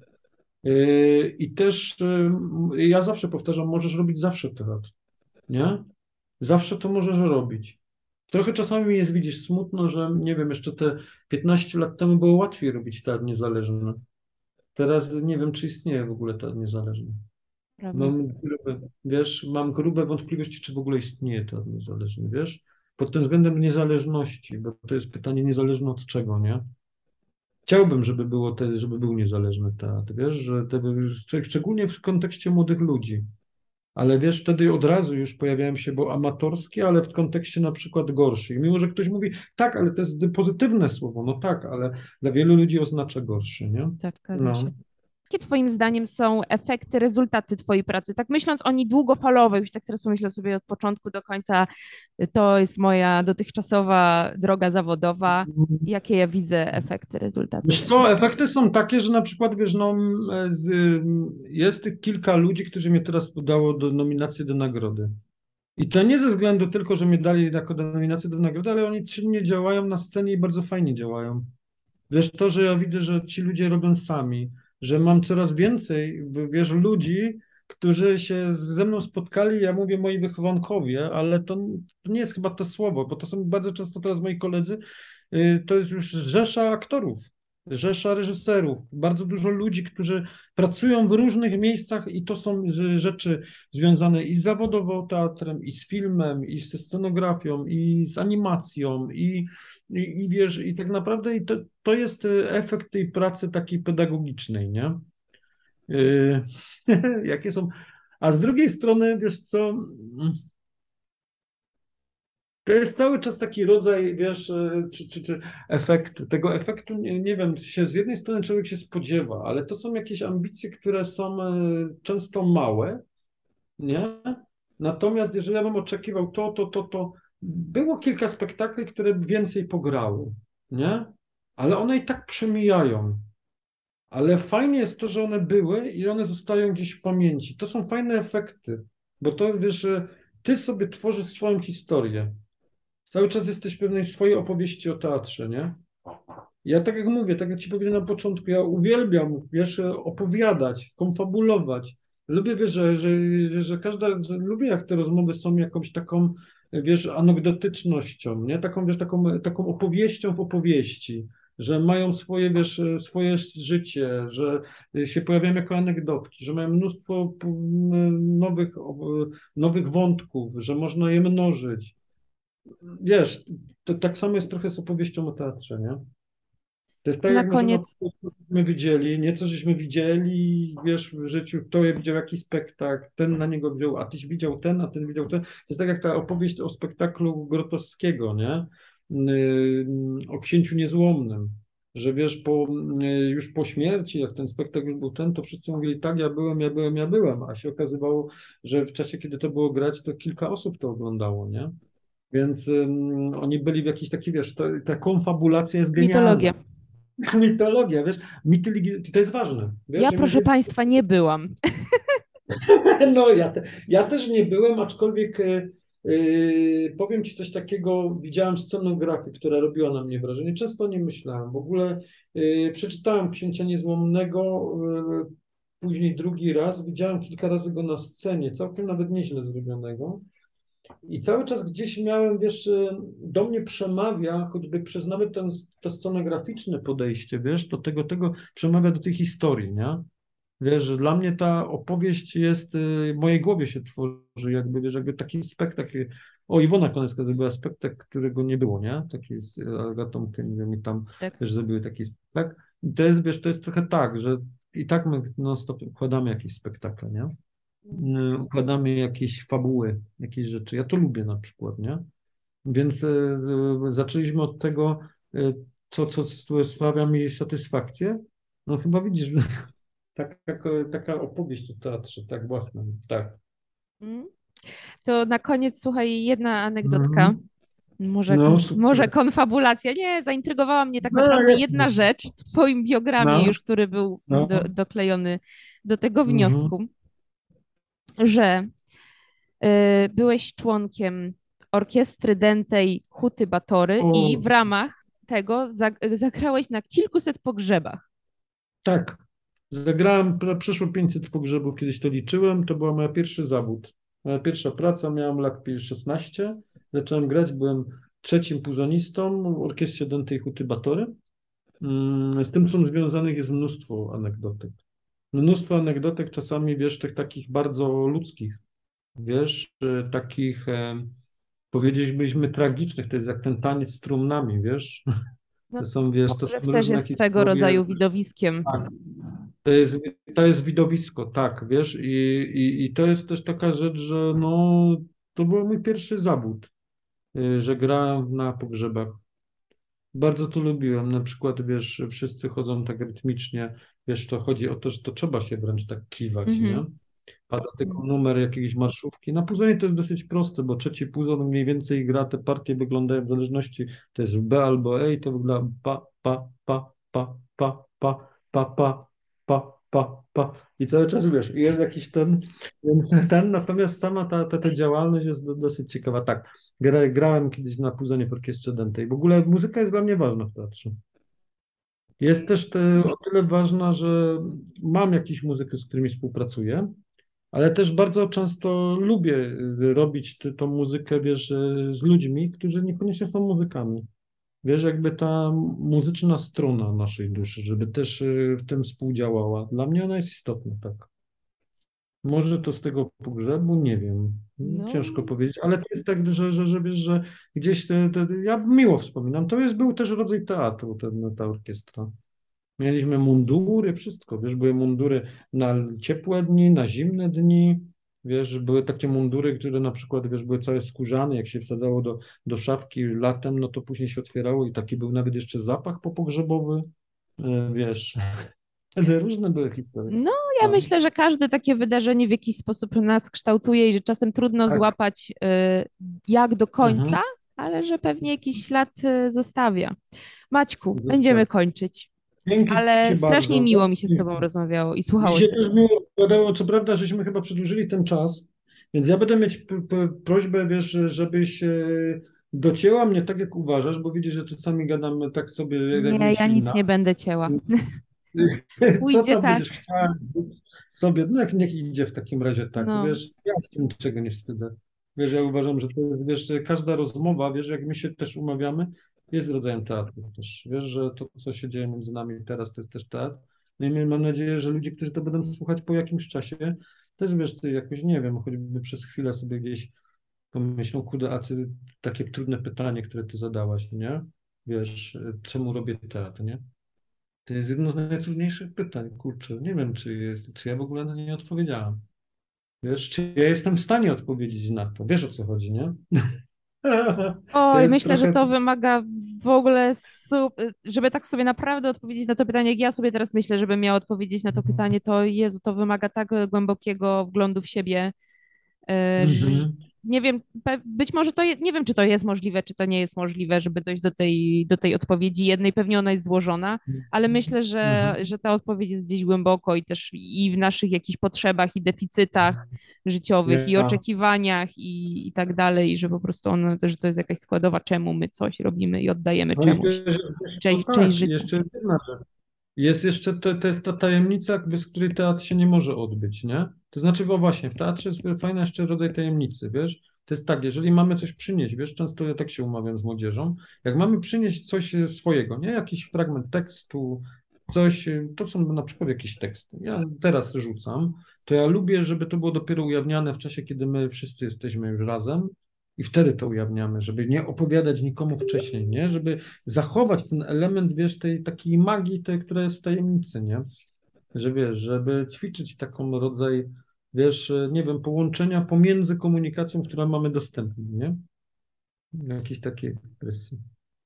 Y, I też y, ja zawsze powtarzam, możesz robić zawsze teatr, nie? Zawsze to możesz robić. Trochę czasami mi jest, widzisz, smutno, że nie wiem, jeszcze te piętnaście lat temu było łatwiej robić teatr niezależny. Teraz nie wiem, czy istnieje w ogóle teatr niezależny. Prawda. Mam grube, wiesz, mam grube wątpliwości, czy w ogóle istnieje teatr niezależny, wiesz? Pod tym względem niezależności, bo to jest pytanie niezależne od czego, nie? Chciałbym, żeby było te, żeby był niezależny teatr, wiesz, że te, szczególnie w kontekście młodych ludzi. Ale wiesz, wtedy od razu już pojawiają się, bo amatorskie, ale w kontekście na przykład gorszy. I mimo, że ktoś mówi, tak, ale to jest pozytywne słowo, no tak, ale dla wielu ludzi oznacza gorszy, nie? Tak, zgadzam No. się. Jakie Twoim zdaniem są efekty, rezultaty Twojej pracy? Tak myśląc o niej długofalowo, już tak teraz pomyślę sobie od początku do końca, to jest moja dotychczasowa droga zawodowa. Jakie ja widzę efekty, rezultaty Wiesz tego? co, efekty są takie, że na przykład, wiesz, no, z, jest tych kilka ludzi, którzy mnie teraz podało do nominacji do nagrody. I to nie ze względu tylko, że mnie dali jako nominację do nagrody, ale oni czynnie działają na scenie i bardzo fajnie działają. Wiesz, to, że ja widzę, że ci ludzie robią sami, że mam coraz więcej, wiesz, ludzi, którzy się ze mną spotkali, ja mówię moi wychowankowie, ale to, to nie jest chyba to słowo, bo to są bardzo często teraz moi koledzy, y, to jest już rzesza aktorów, rzesza reżyserów, bardzo dużo ludzi, którzy pracują w różnych miejscach i to są z- rzeczy związane i z zawodowo teatrem, i z filmem, i ze scenografią, i z animacją, i i, i wiesz, i tak naprawdę i to, to jest y, efekt tej pracy takiej pedagogicznej, nie? Y, jakie są. A z drugiej strony, wiesz co, mm, to jest cały czas taki rodzaj, wiesz, y, czy, czy, czy efektu. Tego efektu, nie, nie wiem, się z jednej strony człowiek się spodziewa, ale to są jakieś ambicje, które są y, często małe, nie? Natomiast jeżeli ja bym oczekiwał to, to, to, to było kilka spektakli, które więcej pograły, nie? Ale one i tak przemijają. ale fajnie jest to, że one były i one zostają gdzieś w pamięci. To są fajne efekty, bo to wiesz, że ty sobie tworzysz swoją historię. Cały czas jesteś pewnej swojej opowieści o teatrze, nie? Ja tak jak mówię, tak jak ci powiedziałem na początku, ja uwielbiam, wiesz, opowiadać, konfabulować. Lubię, wiesz, że, że, że, że każda, że lubię jak te rozmowy są jakąś taką, wiesz, anegdotycznością, nie? Taką, wiesz, taką, taką opowieścią w opowieści, że mają swoje, wiesz, swoje życie, że się pojawiają jako anegdotki, że mają mnóstwo nowych, nowych wątków, że można je mnożyć. Wiesz, to tak samo jest trochę z opowieścią o teatrze, nie? To jest tak, Na jak możemy koniec, opowiedzieć, co żeśmy widzieli, nie co żeśmy widzieli, wiesz, w życiu, kto je widział jakiś spektakl, ten na niego wziął, a tyś widział ten, a ten widział ten. To jest tak jak ta opowieść o spektaklu Grotowskiego, nie? Yy, O księciu niezłomnym, że wiesz, po, yy, już po śmierci, jak ten spektakl już był ten, to wszyscy mówili tak, ja byłem, ja byłem, ja byłem, a się okazywało, że w czasie, kiedy to było grać, to kilka osób to oglądało, nie? Więc ym, oni byli w jakiejś takiej, wiesz, ta, ta konfabulacja jest genialna. mitologia. Mitologia, wiesz, mitologia, to jest ważne. Wiesz, Ja, że my proszę wiesz, Państwa, nie byłam. no ja, te, ja też nie byłem, aczkolwiek e, e, powiem Ci coś takiego, widziałem scenografię, która robiła na mnie wrażenie, często nie myślałem, w ogóle e, przeczytałem Księcia Niezłomnego, e, później drugi raz, widziałem kilka razy go na scenie, całkiem nawet nieźle zrobionego. I cały czas gdzieś miałem, wiesz, do mnie przemawia, choćby przez nawet ten, to scenograficzne podejście, wiesz, do tego, tego przemawia do tej historii, nie? Wiesz, że dla mnie ta opowieść jest, w mojej głowie się tworzy, jakby, wiesz, jakby taki spektakl, o, Iwona Konecka zrobiła spektakl, którego nie było, nie? Taki z Agatą Kędzią i tam Tak. też zrobiły taki spektakl. I to jest, wiesz, to jest trochę tak, że i tak my non-stop układamy jakieś spektakle, nie? y, układamy jakieś fabuły, jakieś rzeczy. Ja to lubię na przykład, nie? Więc y, y, zaczęliśmy od tego, y, co, co co sprawia mi satysfakcję. No chyba widzisz, taka, taka opowieść o teatrze, tak własna, tak. Mm. To na koniec, słuchaj, jedna anegdotka. Mhm. Może, No kon, może super. konfabulacja. Nie, zaintrygowała mnie tak No, naprawdę jedna jasne. rzecz w Twoim biogramie No, już, który był no. do, doklejony do tego Mhm. wniosku, że y, byłeś członkiem orkiestry dętej Huty Batory i O, w ramach tego zag- zagrałeś na kilkuset pogrzebach. tak. Zagrałem, pra- przeszło pięćset pogrzebów, kiedyś to liczyłem. To była moja pierwszy zawód. Moja pierwsza praca, miałem lat szesnaście. Zacząłem grać, byłem trzecim puzonistą w orkiestrze dętej Huty Batory. Mm, Z tym są związanych jest mnóstwo anegdotek. Mnóstwo anegdotek, czasami, wiesz, tych takich bardzo ludzkich, wiesz, e, takich, e, powiedzielibyśmy, tragicznych. To jest jak ten taniec z trumnami, wiesz. No, To są, wiesz, to są pogrzeb też różne jest swego historie. rodzaju widowiskiem. Tak. To jest, to jest widowisko, tak, wiesz, i, i, i to jest też taka rzecz, że no, to był mój pierwszy zawód, y, że grałem na pogrzebach. Bardzo to lubiłem, na przykład, wiesz, wszyscy chodzą tak rytmicznie, wiesz, to chodzi o to, że to trzeba się wręcz tak kiwać, nie? Mhm. Pada tylko numer jakiejś marszówki. Na puzonie to jest dosyć proste, bo trzeci puzon mniej więcej gra, te partie wyglądają w zależności, to jest w B albo E i to wygląda pa, pa, pa, pa, pa, pa, pa, pa, pa, pa, pa. I cały czas wiesz, i jest jakiś ten, więc ten, natomiast sama ta, ta, ta działalność jest do, dosyć ciekawa. Tak, gra, grałem kiedyś na puzonie w orkiestrze dętej. W ogóle muzyka jest dla mnie ważna w teatrze. Jest też te, o tyle ważna, że mam jakieś muzykę, z którymi współpracuję, ale też bardzo często lubię y, robić ty- tą muzykę, wiesz, y, z ludźmi, którzy niekoniecznie są muzykami. Wiesz, jakby ta muzyczna strona naszej duszy, żeby też y, w tym współdziałała. Dla mnie ona jest istotna, tak. Może to z tego pogrzebu, nie wiem. No, Ciężko powiedzieć, ale to jest tak, że, że, że wiesz, że gdzieś te, te, ja miło wspominam. To jest, był też rodzaj teatru, ten, ta orkiestra. Mieliśmy mundury, wszystko, wiesz, były mundury na ciepłe dni, na zimne dni, wiesz, były takie mundury, które na przykład, wiesz, były całe skórzane, jak się wsadzało do, do szafki latem, no to później się otwierało i taki był nawet jeszcze zapach popogrzebowy, e, wiesz, różne były historie. no, ja A, myślę, że każde takie wydarzenie w jakiś sposób nas kształtuje i że czasem trudno tak. złapać y, jak do końca, Mhm. ale że pewnie jakiś ślad y, zostawia. Maćku, będziemy Zostaw. kończyć. Dzięki Ale Ci strasznie bardzo. miło mi się z tobą rozmawiało i Mi słuchało się cię. też miło gadało, co prawda, żeśmy chyba przedłużyli ten czas, więc ja będę mieć p- p- prośbę, wiesz, żebyś e, docięła mnie tak, jak uważasz, bo widzisz, że czasami gadam tak sobie, jakbym Nie, ja nic ślina. nie będę cięła. Co Pójdzie tam tak. będziesz chciała sobie, no jak niech idzie w takim razie tak, No, wiesz, ja się niczego nie wstydzę. Wiesz, ja uważam, że to jest, wiesz, że każda rozmowa, wiesz, jak my się też umawiamy, jest rodzajem teatru też. Wiesz, że to, co się dzieje między nami teraz, to jest też teatr. No i mam nadzieję, że ludzie, którzy to będą słuchać po jakimś czasie, też wiesz, ty jakoś, nie wiem, choćby przez chwilę sobie gdzieś pomyślą, kurde, a ty, takie trudne pytanie, które ty zadałaś, nie? Wiesz, czemu robię teatr, nie? To jest jedno z najtrudniejszych pytań, kurczę. Nie wiem, czy jest, czy ja w ogóle na nie nie odpowiedziałem. Wiesz, czy ja jestem w stanie odpowiedzieć na to? Wiesz, o co chodzi, nie? To oj, jest myślę, że trochę... to wymaga w ogóle, su- żeby tak sobie naprawdę odpowiedzieć na to pytanie, jak ja sobie teraz myślę, żebym miała odpowiedzieć na to pytanie, to Jezu, to wymaga tak głębokiego wglądu w siebie, e, ż- Mhm. nie wiem, pe- być może to, je, nie wiem, czy to jest możliwe, czy to nie jest możliwe, żeby dojść do tej, do tej odpowiedzi jednej, pewnie ona jest złożona, ale myślę, że, Mhm. że ta odpowiedź jest gdzieś głęboko i też i w naszych jakichś potrzebach i deficytach życiowych i Ja. oczekiwaniach i, i tak dalej, i że po prostu ono też to jest jakaś składowa, czemu my coś robimy i oddajemy No i czemuś wiesz, wiesz, no część, część tak, i życia. jeszcze jedna rzecz. Jest jeszcze, to, to jest ta tajemnica, bez której teatr się nie może odbyć, nie? To znaczy, bo właśnie, w teatrze jest fajny jeszcze rodzaj tajemnicy, wiesz? To jest tak, jeżeli mamy coś przynieść, wiesz, często ja tak się umawiam z młodzieżą, jak mamy przynieść coś e, swojego, nie? Jakiś fragment tekstu, coś, e, to są na przykład jakieś teksty. Ja teraz rzucam, to ja lubię, żeby to było dopiero ujawniane w czasie, kiedy my wszyscy jesteśmy już razem i wtedy to ujawniamy, żeby nie opowiadać nikomu wcześniej, nie? Żeby zachować ten element, wiesz, tej takiej magii, tej, która jest w tajemnicy, nie? Że wiesz, żeby ćwiczyć taką rodzaj, wiesz, nie wiem, połączenia pomiędzy komunikacją, którą mamy dostępną, nie? Jakiejś takiej ekspresji.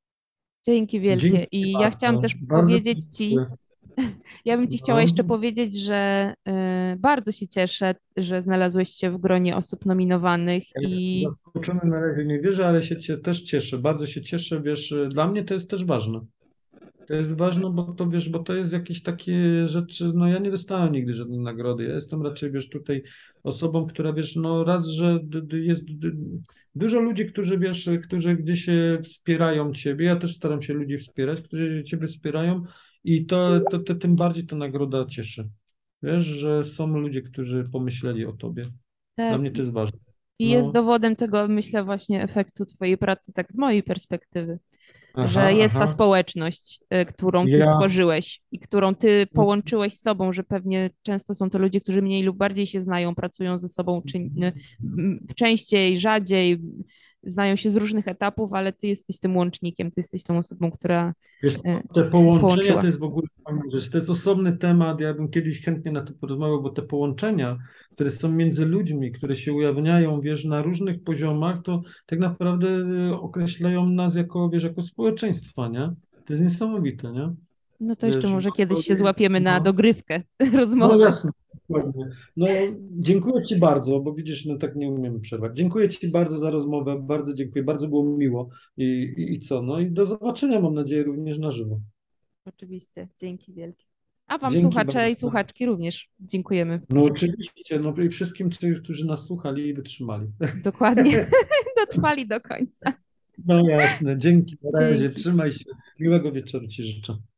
Dzięki wielkie. Dzięki I ja chciałam bardzo. też Bardzo powiedzieć ci, dziękuję. ja bym ci chciała No. jeszcze powiedzieć, że y, bardzo się cieszę, że znalazłeś się w gronie osób nominowanych Ja jestem i zaskoczony, na razie nie wierzę, ale się cie, też cieszę, bardzo się cieszę, wiesz, dla mnie to jest też ważne. To jest ważne, bo to wiesz, bo to jest jakieś takie rzeczy, no ja nie dostałem nigdy żadnej nagrody. Ja jestem raczej, wiesz, tutaj osobą, która, wiesz, no raz, że d- d- jest d- dużo ludzi, którzy, wiesz, którzy gdzieś się wspierają ciebie. Ja też staram się ludzi wspierać, którzy ciebie wspierają i to, to, to tym bardziej ta nagroda cieszy. Wiesz, że są ludzie, którzy pomyśleli o tobie. Dla tak, mnie to jest ważne. i jest No, dowodem tego, myślę, właśnie efektu twojej pracy, tak z mojej perspektywy, aha, że jest aha. ta społeczność, y, którą ty Ja. stworzyłeś i którą ty połączyłeś z sobą, że pewnie często są to ludzie, którzy mniej lub bardziej się znają, pracują ze sobą czy, y, m, częściej, rzadziej, znają się z różnych etapów, ale ty jesteś tym łącznikiem, ty jesteś tą osobą, która Wiesz y, co, te połączenia połączyła. to jest w ogóle fajna rzecz. To jest osobny temat. Ja bym kiedyś chętnie na to porozmawiał, bo te połączenia, które są między ludźmi, które się ujawniają, wiesz, na różnych poziomach, to tak naprawdę y, określają nas jako, wiesz, jako społeczeństwa, nie? To jest niesamowite, nie? No to jeszcze Wiesz, może bo kiedyś to, się złapiemy na no, dogrywkę no rozmowy. jasne, dokładnie. No, dziękuję Ci bardzo, bo widzisz, no tak nie umiemy przerwać. Dziękuję Ci bardzo za rozmowę, bardzo dziękuję, bardzo było miło. I, i, i co? No i do zobaczenia, mam nadzieję, również na żywo. Oczywiście, dzięki wielkie. A Wam Dzięki słuchacze bardzo. i słuchaczki również dziękujemy. No oczywiście, no i wszystkim, którzy którzy nas słuchali i wytrzymali. Dokładnie. Dotrwali do końca. No jasne, dzięki, na razie, Dzięki. trzymaj się. Miłego wieczoru Ci życzę.